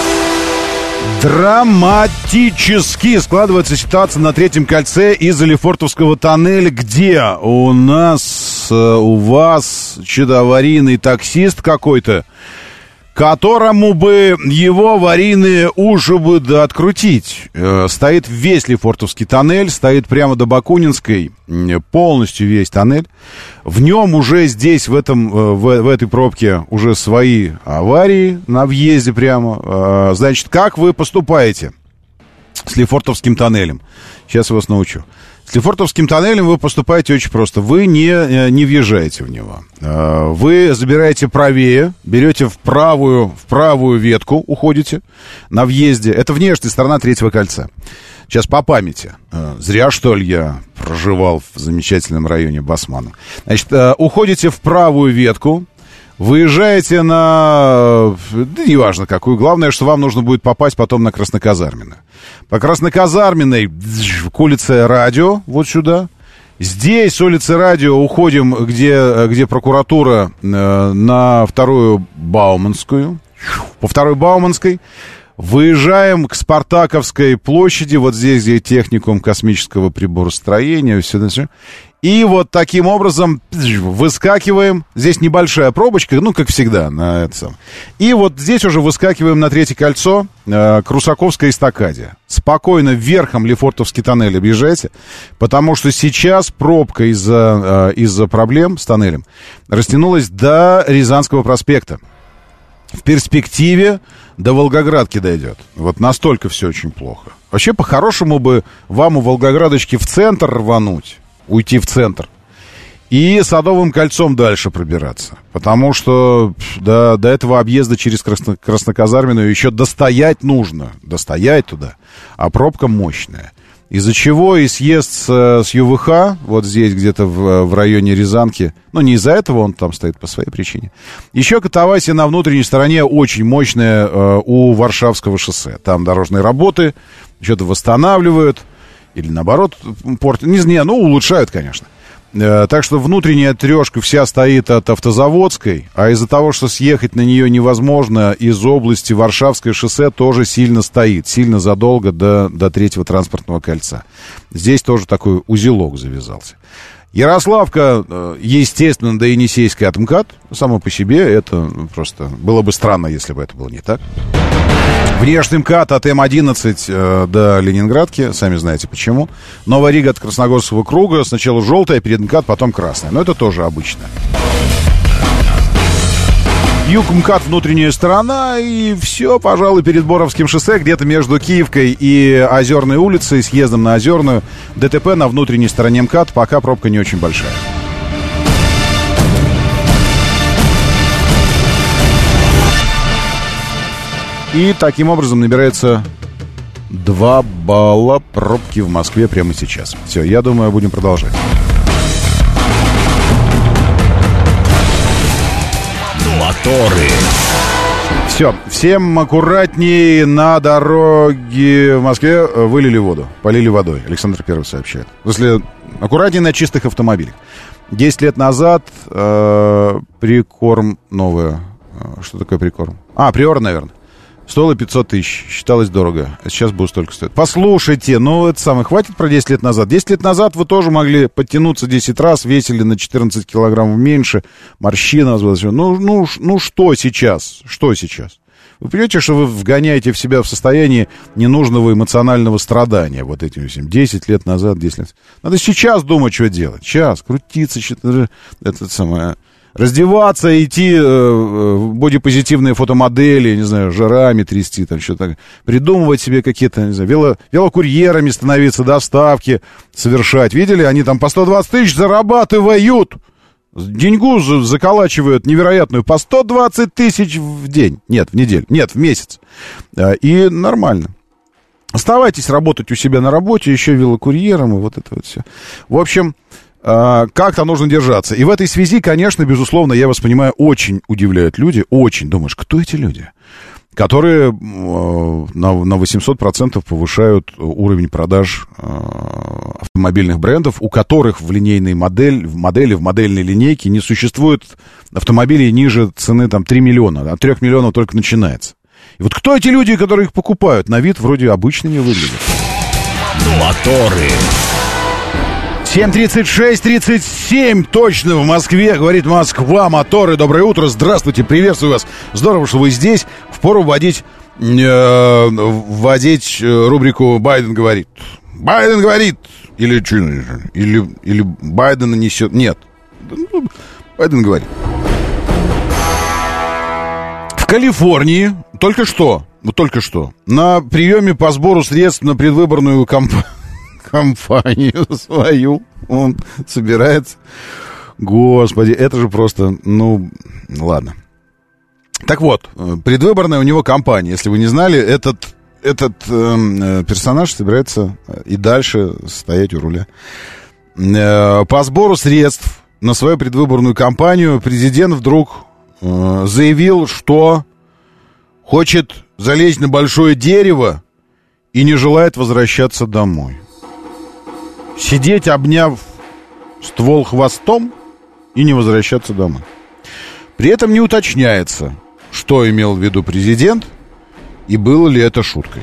[SPEAKER 2] Драматически складывается ситуация на Третьем кольце из-за Лефортовского тоннеля, где у нас, у вас аварийный таксист какой-то, которому бы его аварийные уши бы да открутить. Стоит весь Лефортовский тоннель, стоит прямо до Бакунинской, полностью весь тоннель. В нем уже здесь, в этой пробке, уже свои аварии на въезде прямо. Значит, как вы поступаете с Лефортовским тоннелем? Сейчас я вас научу. С Лефортовским тоннелем вы поступаете очень просто. Вы не въезжаете в него. Вы забираете правее, берете в правую ветку, уходите на въезде. Это внешняя сторона Третьего кольца. Сейчас по памяти. Зря, что ли, я проживал в замечательном районе Басмана. Значит, уходите в правую ветку, выезжаете на... Да неважно какую. Главное, что вам нужно будет попасть потом на Красноказарменную. По Красноказарменной к улице Радио, вот сюда. Здесь с улицы Радио уходим, где прокуратура, на Вторую Бауманскую. По Второй Бауманской Выезжаем к Спартаковской площади, вот здесь, где техникум космического приборостроения, все это. И вот таким образом выскакиваем. Здесь небольшая пробочка, ну, как всегда. На это самое. И вот здесь уже выскакиваем на Третье кольцо к Русаковской эстакаде. Спокойно верхом Лефортовский тоннель объезжайте, потому что сейчас пробка из-за проблем с тоннелем растянулась до Рязанского проспекта. В перспективе до Волгоградки дойдет. Вот настолько все очень плохо. Вообще, по-хорошему бы вам у Волгоградочки в центр рвануть, уйти в центр, и Садовым кольцом дальше пробираться. Потому что до этого объезда через Красноказарменную еще достоять нужно. Достоять туда. А пробка мощная. Из-за чего и съезд с ЮВХ, вот здесь где-то в районе Рязанки, ну, не из-за этого, он там стоит по своей причине. Еще катавасия на внутренней стороне очень мощная у Варшавского шоссе. Там дорожные работы, что-то восстанавливают, или наоборот, улучшают, конечно. Так что внутренняя трешка вся стоит от Автозаводской, а из-за того, что съехать на нее невозможно, из области Варшавское шоссе тоже сильно стоит, сильно задолго до Третьего транспортного кольца. Здесь тоже такой узелок завязался. Ярославка, естественно, до Енисейской от МКАД, само по себе, это просто было бы странно, если бы это было не так. Внешний МКАД от М11 до Ленинградки, сами знаете почему. Новая Рига от Красногорского круга, сначала желтая, перед МКАД, потом красная. Но это тоже обычно. Юг МКАД, внутренняя сторона, и все, пожалуй, перед Боровским шоссе, где-то между Киевкой и Озерной улицей, съездом на Озерную. ДТП на внутренней стороне МКАД, пока пробка не очень большая. И таким образом набирается 2 балла пробки в Москве прямо сейчас. Все, я думаю, будем продолжать.
[SPEAKER 1] Моторы.
[SPEAKER 2] Все, всем аккуратнее, на дороге в Москве вылили воду, полили водой. Александр Первый сообщает. Если аккуратнее на чистых автомобилях. 10 лет назад прикорм новое. Что такое прикорм? Приор, наверное. Стоило 500 тысяч, считалось дорого. А сейчас будет столько стоить. Послушайте, это самое, хватит про 10 лет назад. 10 лет назад вы тоже могли подтянуться 10 раз, весили на 14 килограммов меньше, морщина. Что сейчас? Что сейчас? Вы понимаете, что вы вгоняете в себя в состояние ненужного эмоционального страдания вот этим всем. 10 лет назад, 10 лет. Надо сейчас думать, что делать. Сейчас, крутиться, что-то, раздеваться, идти в бодипозитивные фотомодели, не знаю, жирами трясти, там что-то такое. Придумывать себе какие-то, не знаю, велокурьерами становиться, доставки совершать. Видели? Они там по 120 тысяч зарабатывают. Деньгу заколачивают невероятную по 120 тысяч в день. Нет, в неделю. Нет, в месяц. И нормально. Оставайтесь работать у себя на работе, еще велокурьером и вот это вот все. В общем, как-то нужно держаться. И в этой связи, конечно, безусловно, я вас понимаю, очень удивляют люди. Очень. Думаешь, кто эти люди? Которые на 800% повышают уровень продаж автомобильных брендов, у которых в линейной модели, в модельной линейке не существует автомобилей ниже цены там 3 миллиона. От 3 миллионов только начинается. И вот кто эти люди, которые их покупают? На вид вроде обычными выглядят.
[SPEAKER 1] Моторы.
[SPEAKER 2] 7:36-37 точно в Москве, говорит Москва, моторы. Доброе утро, здравствуйте, приветствую вас. Здорово, что вы здесь. Впору вводить рубрику «Байден говорит». Байден говорит. Или Байдена несет. Нет. Байден говорит. В Калифорнии только что на приеме по сбору средств на предвыборную компанию свою он собирается. Господи, это же просто, ладно. Так вот, предвыборная у него кампания. Если вы не знали, этот персонаж собирается и дальше стоять у руля. По сбору средств на свою предвыборную кампанию президент вдруг заявил, что хочет залезть на большое дерево и не желает возвращаться домой. Сидеть, обняв ствол хвостом, и не возвращаться домой. При этом не уточняется, что имел в виду президент И было ли это шуткой?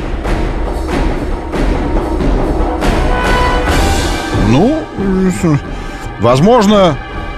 [SPEAKER 2] Ну, возможно,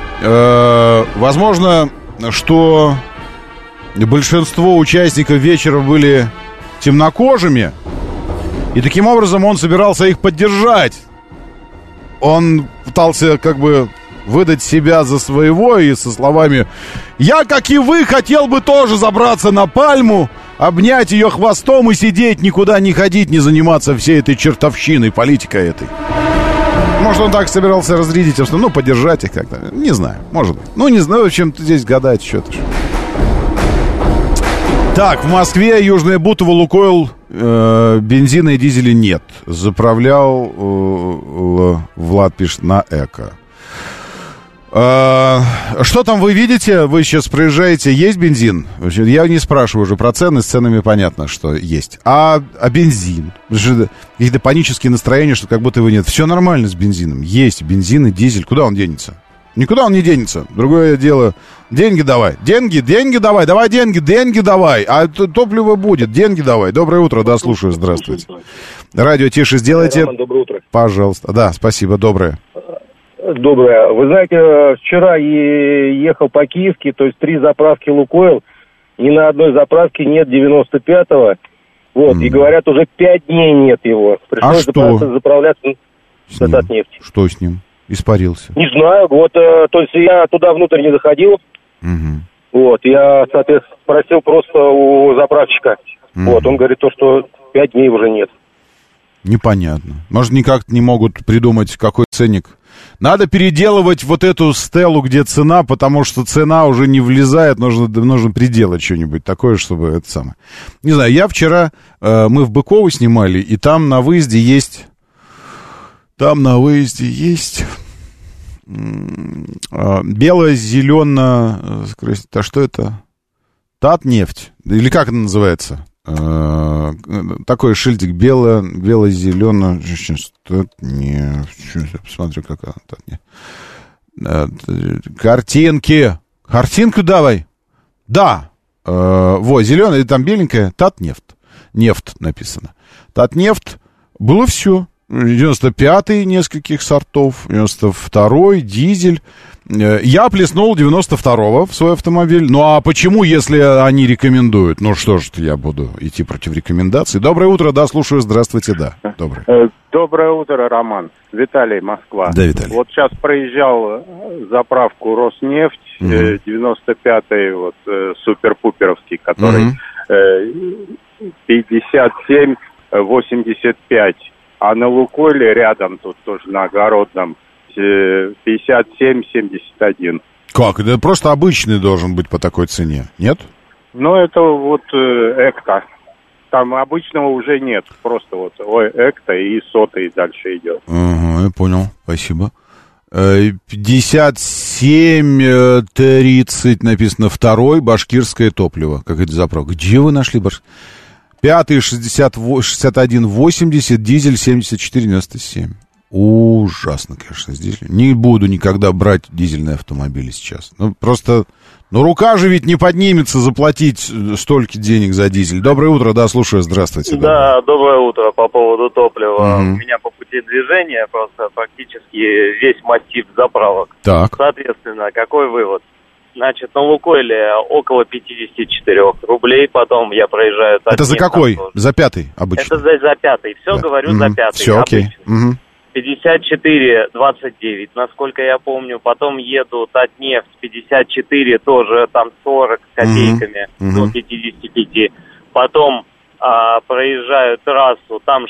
[SPEAKER 2] что большинство участников вечера были темнокожими, и таким образом он собирался их поддержать. Он пытался как бы выдать себя за своего и со словами: «Я, как и вы, хотел бы тоже забраться на пальму, обнять ее хвостом и сидеть, никуда не ходить, не заниматься всей этой чертовщиной, политикой этой». Может, он так собирался разрядить, ну, поддержать их как-то. Не знаю, может быть. Ну, не знаю, чем здесь гадать, что-то. Так, в Москве Южное Бутово, Лукойл, бензина и дизеля нет. Заправлял, Влад пишет, на Эко. Что там вы видите? Вы сейчас проезжаете, есть бензин? Я не спрашиваю уже про цены, с ценами понятно, что есть. А бензин? Какие-то панические настроения, что как будто его нет. Все нормально с бензином. Есть бензин и дизель. Куда он денется? Никуда он не денется. Другое дело. Деньги давай. Деньги давай. Давай деньги давай. А топливо будет. Деньги давай. Доброе утро. Да, слушаю. Здравствуйте. Радио тише сделайте.
[SPEAKER 5] Роман, доброе утро.
[SPEAKER 2] Пожалуйста. Да, спасибо. Доброе.
[SPEAKER 5] Доброе. Вы знаете, вчера ехал по Киевке, то есть 3 заправки «Лукойл», ни на одной заправке нет 95-го. Вот, и говорят, уже 5 дней нет его. Пришлось заправляться с Татнефти.
[SPEAKER 2] Что с ним? Испарился?
[SPEAKER 5] Не знаю, вот, то есть я туда внутрь не заходил. Вот, я, соответственно, спросил просто у заправщика. Вот, он говорит, что 5 дней уже нет.
[SPEAKER 2] Непонятно. Может, никак не могут придумать, какой ценник. Надо переделывать вот эту стелу, где цена, потому что цена уже не влезает, нужно приделать что-нибудь такое, чтобы это самое. Не знаю, я вчера, мы в Быково снимали, и там на выезде есть бело-зелено, а что это? Татнефть, или как это называется? Такой шильдик бело-зелено. Посмотрю, как она. Картинки. Картинку давай. Да. Вот, зеленая, там беленькая. Татнефть. Нефть написано. Татнефть. Было все. 95-й нескольких сортов. 92-й дизель. Я плеснул 92-го в свой автомобиль. Ну, а почему, если они рекомендуют? Ну, что ж я буду идти против рекомендаций? Доброе утро, да, слушаю, здравствуйте, да. Доброе.
[SPEAKER 6] Доброе утро, Роман. Виталий, Москва.
[SPEAKER 2] Да, Виталий.
[SPEAKER 6] Вот сейчас проезжал заправку «Роснефть», 95-й, вот, супер-пуперовский, который 57-85. А на «Лукойле» рядом, тут тоже на Огородном, 57-71.
[SPEAKER 2] Как? Это просто обычный должен быть по такой цене, нет?
[SPEAKER 6] Ну, это вот «Экта». Там обычного уже нет. Просто вот «Экта» и «Сотый» дальше идет.
[SPEAKER 2] Ага, я понял. Спасибо. 57-30 написано второй, башкирское топливо. Какая-то заправка. Где вы нашли башкирское? 5-й 61-80, дизель 74-97. Ужасно, конечно, с дизелем. Не буду никогда брать дизельные автомобили сейчас. Ну, просто... Ну, рука же ведь не поднимется заплатить столько денег за дизель. Доброе утро, да, слушаю, здравствуйте.
[SPEAKER 7] Да, доброе утро. По поводу топлива. У меня по пути движения просто фактически весь массив заправок.
[SPEAKER 2] Так.
[SPEAKER 7] Соответственно, какой вывод? Значит, на «Лукойле» около 54 рублей, потом я проезжаю...
[SPEAKER 2] Это за какой? За 5-й обычно?
[SPEAKER 7] Это за 5-й. Все, да. Говорю, за 5-й.
[SPEAKER 2] Все, окей.
[SPEAKER 7] 54,29, насколько я помню. Потом еду Татнефть, 54, тоже там 40 с копейками, до 55. Потом проезжаю трассу, там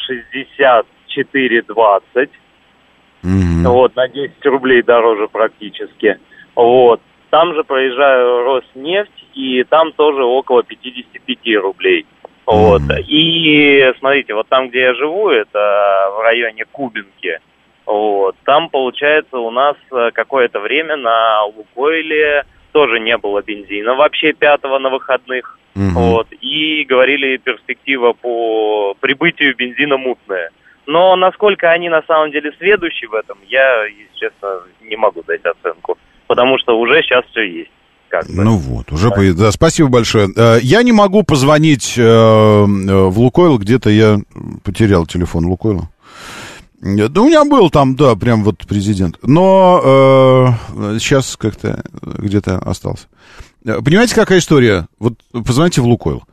[SPEAKER 7] 64,20. Вот, на 10 рублей дороже практически. Вот. Там же проезжаю Роснефть, и там тоже около 55 рублей. Вот. И смотрите, вот там, где я живу, это в районе Кубинки, вот, там, получается, у нас какое-то время на «Лукойле» тоже не было бензина вообще 5-го на выходных. Вот, и говорили, перспектива по прибытию бензина мутная. Но насколько они на самом деле сведущи в этом, я, если честно, не могу дать оценку. Потому что уже сейчас все есть. как бы.
[SPEAKER 2] Ну вот, уже да, спасибо большое. Я не могу позвонить в Лукойл, где-то я потерял телефон Лукойла. Да у меня был там, да, прям вот президент. Но сейчас как-то где-то остался. Понимаете, какая история? Вот позвоните в Лукойл.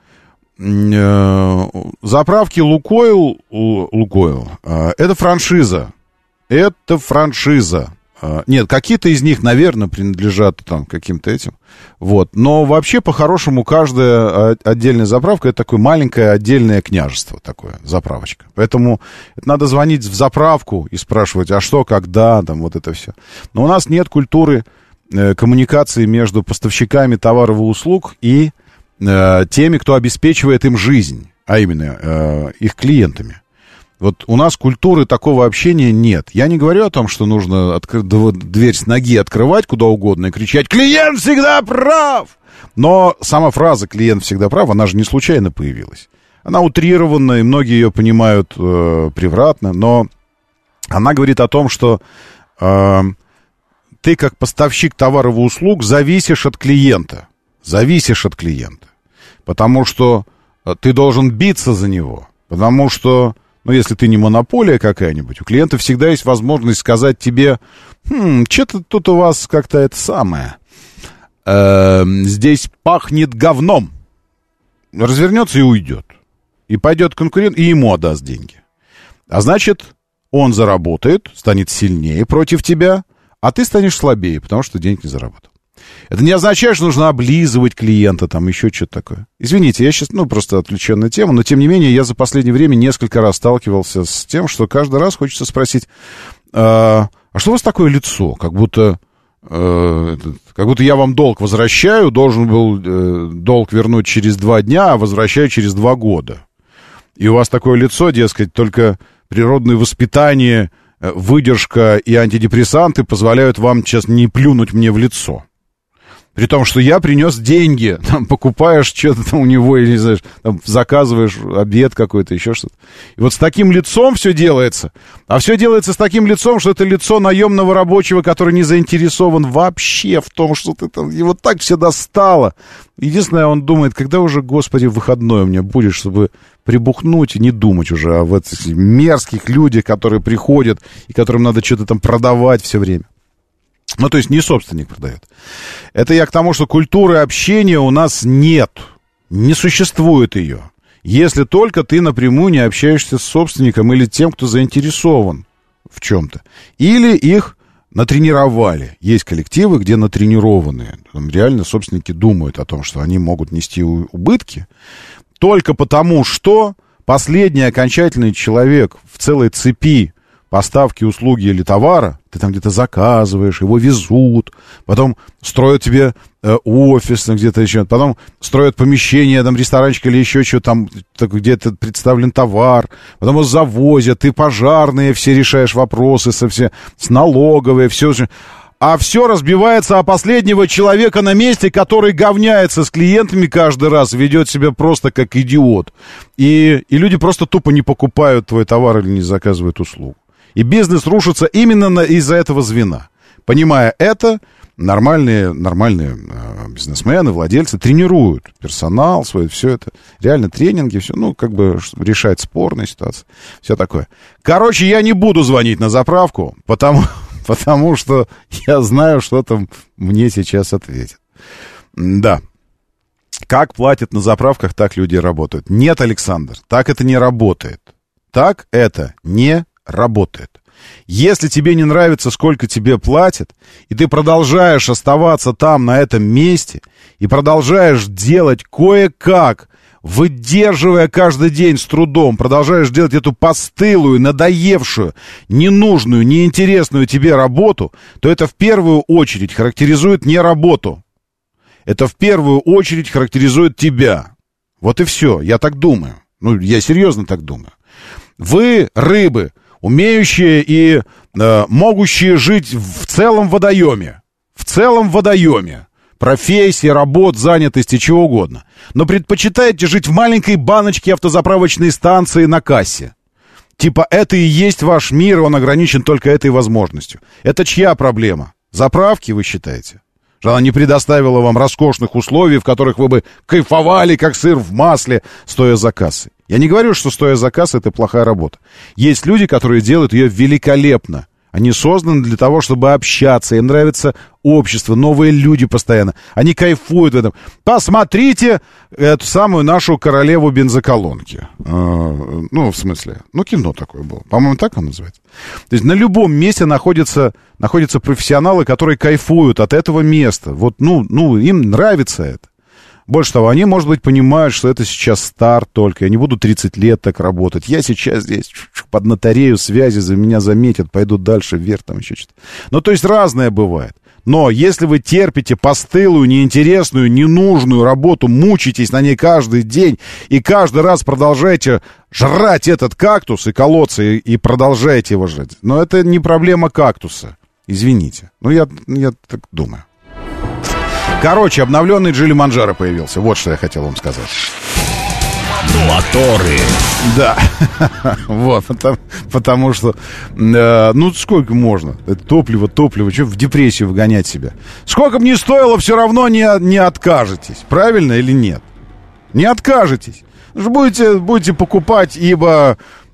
[SPEAKER 2] Заправки Лукойл, это франшиза. Это франшиза. Нет, какие-то из них, наверное, принадлежат там каким-то этим. Вот. Но вообще, по-хорошему, каждая отдельная заправка — это такое маленькое отдельное княжество, такое, заправочка. Поэтому надо звонить в заправку и спрашивать, а что, когда, там, вот это все. Но у нас нет культуры коммуникации между поставщиками товаров и услуг и теми, кто обеспечивает им жизнь, а именно их клиентами. Вот у нас культуры такого общения нет. Я не говорю о том, что нужно дверь с ноги открывать куда угодно и кричать «Клиент всегда прав!». Но сама фраза «клиент всегда прав», она же не случайно появилась. Она утрирована, и многие ее понимают превратно, но она говорит о том, что ты как поставщик товаров и услуг зависишь от клиента. Зависишь от клиента. Потому что ты должен биться за него. Потому что... Ну, если ты не монополия какая-нибудь, у клиента всегда есть возможность сказать тебе, что-то тут у вас как-то это самое, здесь пахнет говном. Развернется и уйдет. И пойдет конкурент, и ему отдаст деньги. А значит, он заработает, станет сильнее против тебя, а ты станешь слабее, потому что денег не заработал. Это не означает, что нужно облизывать клиента, там еще что-то такое. Извините, я сейчас, просто отвлеченная тема, но тем не менее я за последнее время несколько раз сталкивался с тем, что каждый раз хочется спросить, а что у вас такое лицо? Как будто я вам долг возвращаю, должен был долг вернуть через 2 дня, а возвращаю через 2 года. И у вас такое лицо, дескать, только природное воспитание, выдержка и антидепрессанты позволяют вам сейчас не плюнуть мне в лицо. При том, что я принес деньги, там, покупаешь что-то там у него, или, не знаешь, там, заказываешь обед какой-то, еще что-то. И вот с таким лицом все делается. А все делается с таким лицом, что это лицо наемного рабочего, который не заинтересован вообще в том, что ты там... Его так все достало. Единственное, он думает, когда уже, Господи, выходной у меня будет, чтобы прибухнуть и не думать уже о вот этих мерзких людях, которые приходят и которым надо что-то там продавать все время. Ну, то есть не собственник продает. Это я к тому, что культуры общения у нас нет. Не существует ее. Если только ты напрямую не общаешься с собственником или тем, кто заинтересован в чем-то. Или их натренировали. Есть коллективы, где натренированные. Там реально собственники думают о том, что они могут нести убытки. Только потому, что последний окончательный человек в целой цепи поставки услуги или товара, ты там где-то заказываешь, его везут, потом строят тебе офис, где-то еще, потом строят помещение, там ресторанчик или еще что-то, там где-то представлен товар, потом его завозят, ты пожарные, все решаешь вопросы, с налоговой, все. А все разбивается о последнего человека на месте, который говняется с клиентами каждый раз, ведет себя просто как идиот. И люди просто тупо не покупают твой товар или не заказывают услугу. И бизнес рушится именно из-за этого звена. Понимая это, нормальные бизнесмены, владельцы тренируют персонал свой, все это. Реально тренинги, все, решать спорные ситуации, все такое. Короче, я не буду звонить на заправку, потому что я знаю, что там мне сейчас ответят. Да. Как платят на заправках, так люди работают. Нет, Александр, так это не работает. Так это не работает. Если тебе не нравится, сколько тебе платят, и ты продолжаешь оставаться там, на этом месте, и продолжаешь делать кое-как, выдерживая каждый день с трудом, продолжаешь делать эту постылую, надоевшую, ненужную, неинтересную тебе работу, то это в первую очередь характеризует не работу. Это в первую очередь характеризует тебя. Вот и все. Я так думаю. Я серьезно так думаю. Вы, рыбы, умеющие и могущие жить в целом водоеме. В целом водоеме. Профессии, работ, занятости, чего угодно. Но предпочитаете жить в маленькой баночке автозаправочной станции на кассе. Типа это и есть ваш мир, он ограничен только этой возможностью. Это чья проблема? Заправки, вы считаете? что она не предоставила вам роскошных условий, в которых вы бы кайфовали, как сыр в масле, стоя за кассой. Я не говорю, что стоя за кассой — это плохая работа. Есть люди, которые делают ее великолепно. Они созданы для того, чтобы общаться. Им нравится общество, новые люди постоянно. Они кайфуют в этом. Посмотрите эту самую нашу королеву бензоколонки. Ну, в смысле, кино такое было. По-моему, так оно называется. То есть на любом месте находятся профессионалы, которые кайфуют от этого места. Вот, им нравится это. Больше того, они, может быть, понимают, что это сейчас старт только. Я не буду 30 лет так работать. Я сейчас здесь поднаторею связи, за меня заметят, пойду дальше, вверх, там еще что-то. То есть разное бывает. Но если вы терпите постылую, неинтересную, ненужную работу, мучаетесь на ней каждый день и каждый раз продолжаете жрать этот кактус и колоться, и продолжаете его жрать, но это не проблема кактуса. Извините. Я так думаю. Короче, обновленный Джили Манджаро появился. Вот что я хотел вам сказать.
[SPEAKER 1] Моторы.
[SPEAKER 2] Да. Вот, потому что, сколько можно? Это топливо, что в депрессию вгонять себя? Сколько бы ни стоило, все равно не откажетесь. Правильно или нет? Не откажетесь. Будете покупать, ибо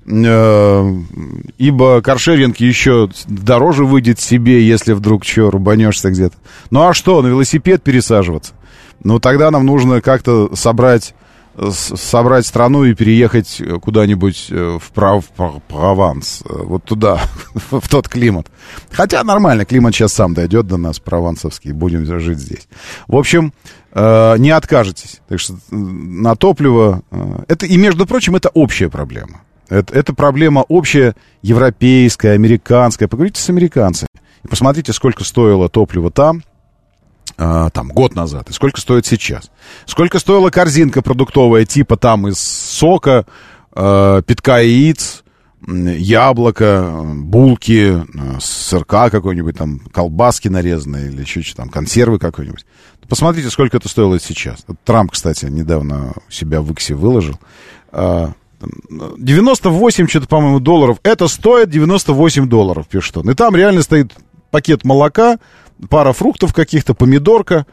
[SPEAKER 2] каршеринг еще дороже выйдет себе, если вдруг рубанешься где-то. А что, на велосипед пересаживаться? Тогда нам нужно как-то собрать страну и переехать куда-нибудь в Прованс. Вот туда, в тот климат. Хотя нормально, климат сейчас сам дойдет до нас, провансовский, будем жить здесь. В общем, не откажетесь. Так что на топливо... И, между прочим, это общая проблема. Это проблема общая, европейская, американская. Поговорите с американцами. И посмотрите, сколько стоило топливо там год назад, и сколько стоит сейчас. Сколько стоила корзинка продуктовая, типа там из сока, пятка яиц, яблоко, булки, сырка какой-нибудь, там, колбаски нарезанные или что-то там, консервы какой-нибудь. Посмотрите, сколько это стоило сейчас. Трамп, кстати, недавно у себя в Иксе выложил. 98, что-то, по-моему, долларов. Это стоит $98, пишет он. И там реально стоит пакет молока, пара фруктов каких-то, помидорка,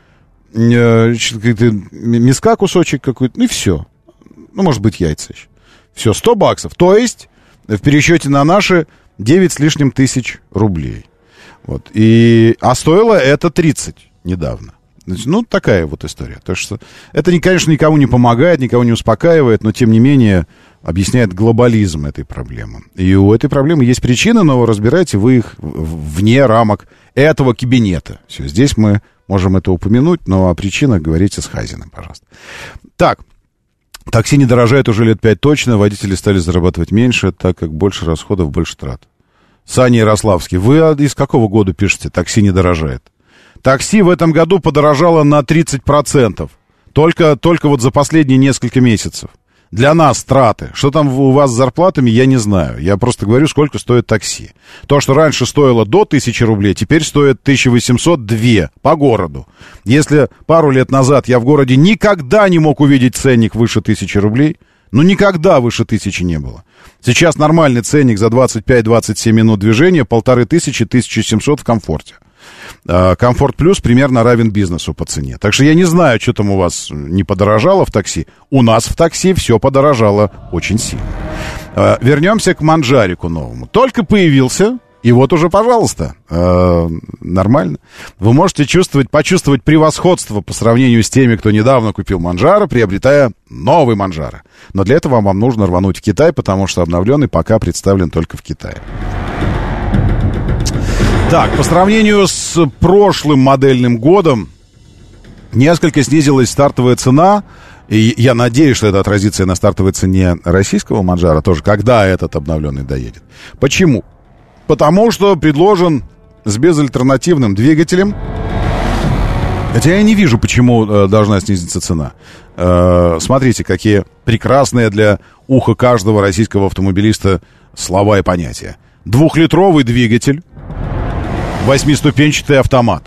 [SPEAKER 2] миска кусочек какой-то, и все. Может быть, яйца еще. Все, $100. То есть, в пересчете на наши 9 с лишним тысяч рублей. Вот. А стоило это 30 недавно. Такая вот история. То, что это, конечно, никому не помогает, никого не успокаивает, но, тем не менее, объясняет глобализм этой проблемы. И у этой проблемы есть причины, но разбираете вы их вне рамок этого кабинета. Все, здесь мы можем это упомянуть, но о причинах говорите с Хазиным, пожалуйста. Так, такси не дорожает уже лет 5 точно, водители стали зарабатывать меньше, так как больше расходов, больше трат. Саня Ярославский, вы из какого года пишете «такси не дорожает»? Такси в этом году подорожало на 30%. Только вот за последние несколько месяцев. Для нас траты. Что там у вас с зарплатами, я не знаю. Я просто говорю, сколько стоит такси. То, что раньше стоило до 1000 рублей, теперь стоит 1800-2 по городу. Если пару лет назад я в городе никогда не мог увидеть ценник выше 1000 рублей, никогда выше 1000 не было. Сейчас нормальный ценник за 25-27 минут движения 1500-1700 в комфорте. Комфорт плюс примерно равен бизнесу по цене. Так что я не знаю, что там у вас не подорожало в такси. У нас в такси все подорожало очень сильно. Вернемся к Манджарику новому. Только появился, и вот уже, пожалуйста, нормально. Вы можете почувствовать превосходство по сравнению с теми, кто недавно купил Манджаро, приобретая новый Манджаро. Но для этого вам нужно рвануть в Китай, потому что обновленный пока представлен только в Китае. Так, по сравнению с прошлым модельным годом несколько снизилась стартовая цена. И я надеюсь, что это отразится и на стартовой цене российского Манджаро тоже, когда этот обновленный доедет. Почему? Потому что предложен с безальтернативным двигателем. Хотя я не вижу, почему должна снизиться цена. Смотрите, какие прекрасные для уха каждого российского автомобилиста слова и понятия. 2-литровый двигатель. 8-ступенчатый автомат.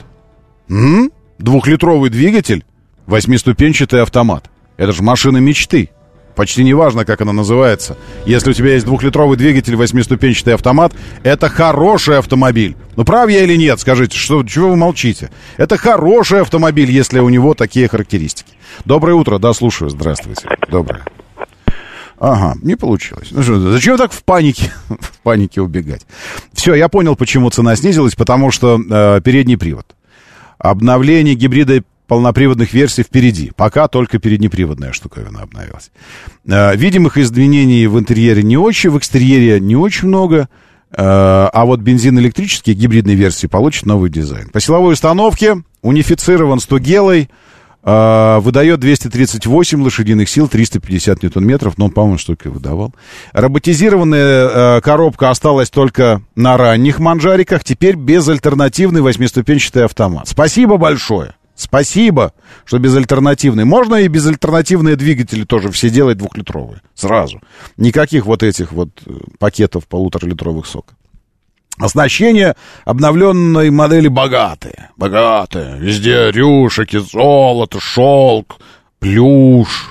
[SPEAKER 2] 2-литровый двигатель, 8-ступенчатый автомат. Это же машина мечты. почти не важно, как она называется. Если у тебя есть 2-литровый двигатель, 8-ступенчатый автомат, это хороший автомобиль. Ну, прав я или нет, скажите, чего вы молчите? Это хороший автомобиль, если у него такие характеристики. Доброе утро, да, слушаю, здравствуйте. Доброе. Ага, не получилось. Ну что, зачем так в панике убегать? Все, я понял, почему цена снизилась, потому что передний привод. Обновление гибрида полноприводных версий впереди. Пока только переднеприводная штуковина обновилась. Видимых изменений в интерьере не очень, в экстерьере не очень много. А вот бензин-электрические гибридные версии получат новый дизайн. По силовой установке унифицирован с тугелой. Выдает 238 лошадиных сил, 350 ньютон-метров. Но, по-моему, столько и выдавал. Роботизированная коробка осталась только на ранних манжариках. Теперь безальтернативный 8-ступенчатый автомат. Спасибо большое. Спасибо, что безальтернативный. Можно и безальтернативные двигатели тоже все делать 2-литровые. Сразу. Никаких вот этих вот пакетов 1,5-литровых сока. Оснащение обновленной модели богатое. Богатое. Везде рюшики, золото, шелк, плюш.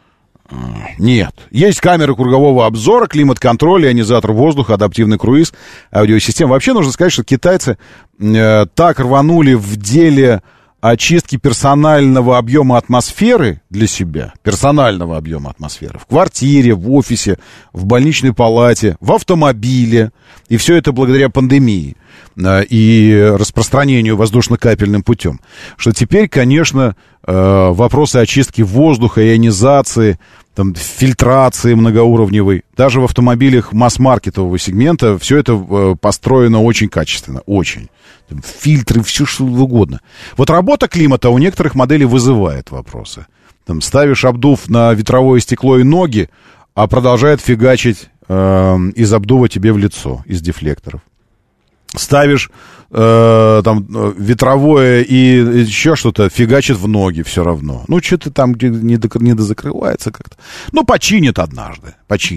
[SPEAKER 2] Нет. Есть камеры кругового обзора, климат-контроль, ионизатор воздуха, адаптивный круиз, аудиосистема. Вообще нужно сказать, что китайцы так рванули в деле очистки персонального объема атмосферы для себя, персонального объема атмосферы, в квартире, в офисе, в больничной палате, в автомобиле, и все это благодаря пандемии и распространению воздушно-капельным путем, что теперь, конечно, вопросы очистки воздуха, ионизации, там, фильтрации многоуровневой, даже в автомобилях масс-маркетового сегмента, все это построено очень качественно, очень. Там, фильтры, все что угодно. Вот работа климата у некоторых моделей вызывает вопросы. Там, ставишь обдув на ветровое стекло и ноги, а продолжает фигачить из обдува тебе в лицо, из дефлекторов. Ставишь там ветровое и еще что-то, фигачит в ноги все равно. Ну, что-то там не дозакрывается как-то. Ну, починит однажды.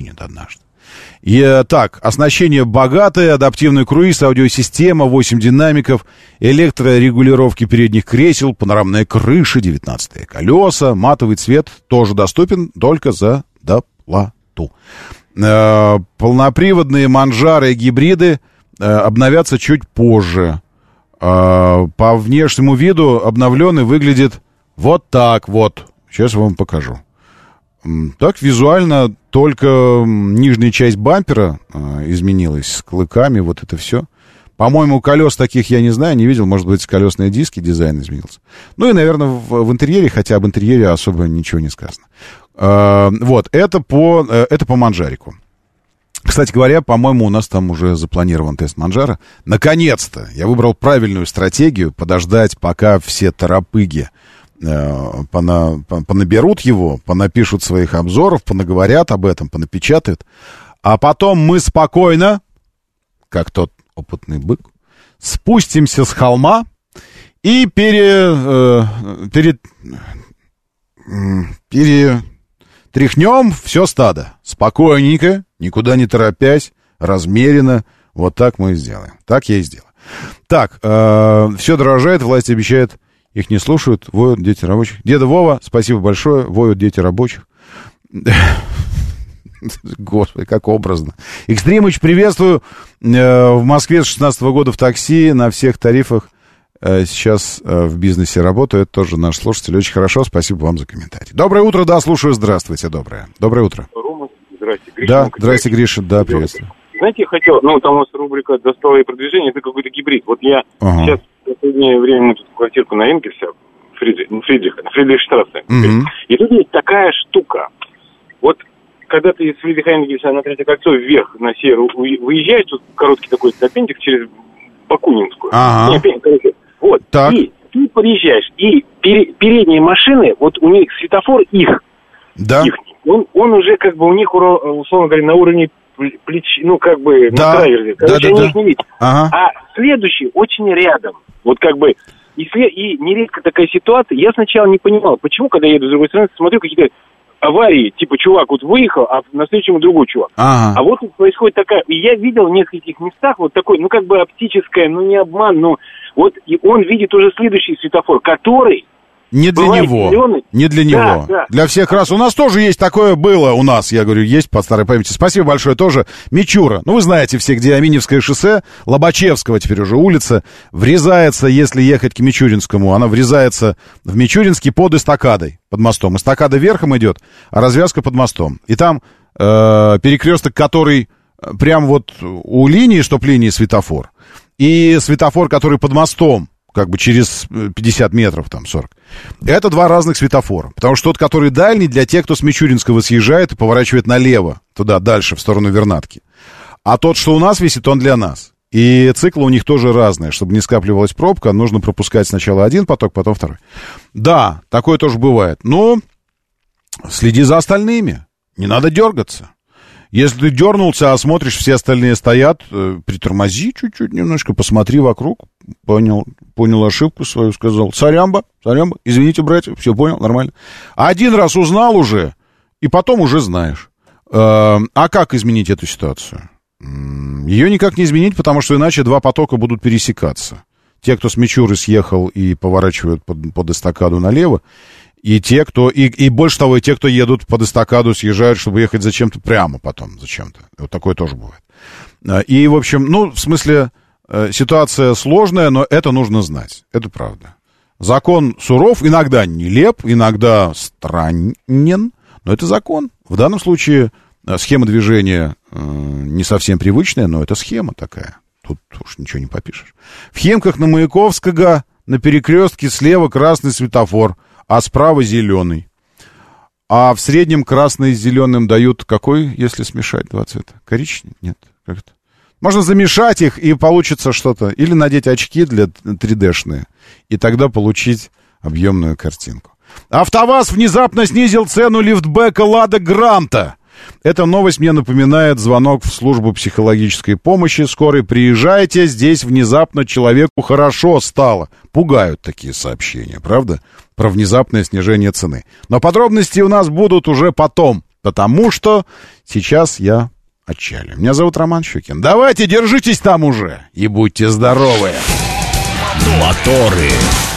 [SPEAKER 2] И так, оснащение богатое, адаптивный круиз, аудиосистема, 8 динамиков, электрорегулировки передних кресел, панорамная крыша, 19-е колеса, матовый цвет тоже доступен только за доплату. Полноприводные манжары и гибриды обновятся чуть позже. По внешнему виду обновленный выглядит вот так вот. Сейчас вам покажу. Так визуально только нижняя часть бампера изменилась с клыками, вот это все. По-моему, колес таких я не знаю, не видел. Может быть, колесные диски, дизайн изменился. Ну и, наверное, в интерьере, хотя об интерьере особо ничего не сказано. Вот, это по манжарику. Кстати говоря, по-моему, у нас там уже запланирован тест манжара. Наконец-то я выбрал правильную стратегию подождать, пока все торопыги понаберут его, понапишут своих обзоров, понаговорят об этом, понапечатают. А потом мы спокойно, как тот опытный бык, спустимся с холма и перетряхнем все стадо. Спокойненько, никуда не торопясь, размеренно. Вот так мы и сделаем. Так я и сделаю. Так, все дорожает, власть обещает, их не слушают, воют дети рабочих. Деда Вова, спасибо большое, воют дети рабочих. Господи, как образно. Экстримыч, приветствую. В Москве с 16 года в такси на всех тарифах. Сейчас в бизнесе работаю. Это тоже наш слушатель. Очень хорошо. Спасибо вам за комментарий. Доброе утро, да, слушаю. Здравствуйте, доброе. Доброе утро.
[SPEAKER 8] Рома, здрасте. Гриша,
[SPEAKER 2] да, здрасте, Гриша. Да, приветствую.
[SPEAKER 8] Знаете, я хотел, там у вас рубрика «Достало и продвижение», это какой-то гибрид. Вот я сейчас в последнее время тут квартирку на Энгельсе, Фридрихштрассе. И тут есть такая штука. Вот когда ты из Фридриха Энгельса на Третье кольцо вверх на север выезжаешь, тут короткий такой аппендикс через Бакунинскую. Вот. Так. И ты приезжаешь, и передние машины, вот у них светофор их.
[SPEAKER 2] Да.
[SPEAKER 8] Он уже как бы у них, условно говоря, на уровне плеч, на траверзе. Короче, они их не видят. А следующий очень рядом. Вот как бы, и нередко такая ситуация. Я сначала не понимал, почему, когда я еду с другой стороны, смотрю какие-то аварии, типа чувак вот выехал, а на следующем другой чувак. А вот тут происходит такая, и я видел в нескольких местах вот такой, как бы оптическое, не обман, но вот и он видит уже следующий светофор, который
[SPEAKER 2] Не для него. Зеленый. Не для него. Да. Для всех раз. У нас тоже есть такое, было у нас, я говорю, есть по старой памяти. Спасибо большое тоже. Мичура. Ну, вы знаете все, где Аминевское шоссе, Лобачевского теперь уже улица, врезается, если ехать к Мичуринскому, она врезается в Мичуринский под эстакадой, под мостом. Эстакада верхом идет, а развязка под мостом. И там перекресток, который прям вот у линии, стоп-линии светофор, и светофор, который под мостом, как бы через 50 метров, там, 40. Это два разных светофора. Потому что тот, который дальний, для тех, кто с Мичуринского съезжает и поворачивает налево, туда, дальше, в сторону Вернадки. А тот, что у нас висит, он для нас. И циклы у них тоже разные. Чтобы не скапливалась пробка, нужно пропускать сначала один поток, потом второй. Да, такое тоже бывает. Но следи за остальными. Не надо дергаться. Если ты дернулся, а смотришь, все остальные стоят, притормози чуть-чуть немножко, посмотри вокруг, понял ошибку свою, сказал, сорямба, извините, братья, все понял, нормально. Один раз узнал уже, и потом уже знаешь. А как изменить эту ситуацию? Ее никак не изменить, потому что иначе два потока будут пересекаться. Те, кто с Мичуры съехал и поворачивают под эстакаду налево, и те, кто... И больше того, и те, кто едут под эстакаду, съезжают, чтобы ехать зачем-то прямо потом, зачем-то. Вот такое тоже бывает. И, в общем, ну, в смысле, ситуация сложная, но это нужно знать. Это правда. Закон суров, иногда нелеп, иногда странен, но это закон. В данном случае схема движения не совсем привычная, но это схема такая. Тут уж ничего не попишешь. В Химках на Маяковского на перекрестке слева красный светофор, а справа зеленый. А в среднем красный с зеленым дают какой, если смешать два цвета? Коричневый? Нет. Как это? Можно замешать их, и получится что-то. Или надеть очки для 3D-шные, и тогда получить объемную картинку. АвтоВАЗ внезапно снизил цену лифтбека «Лада Гранта». Эта новость мне напоминает звонок в службу психологической помощи. Скорый, приезжайте, здесь внезапно человеку хорошо стало. Пугают такие сообщения, правда? Про внезапное снижение цены. Но подробности у нас будут уже потом, потому что сейчас я отчалю. Меня зовут Роман Щукин. Давайте, держитесь там уже и будьте здоровы.
[SPEAKER 1] Моторы.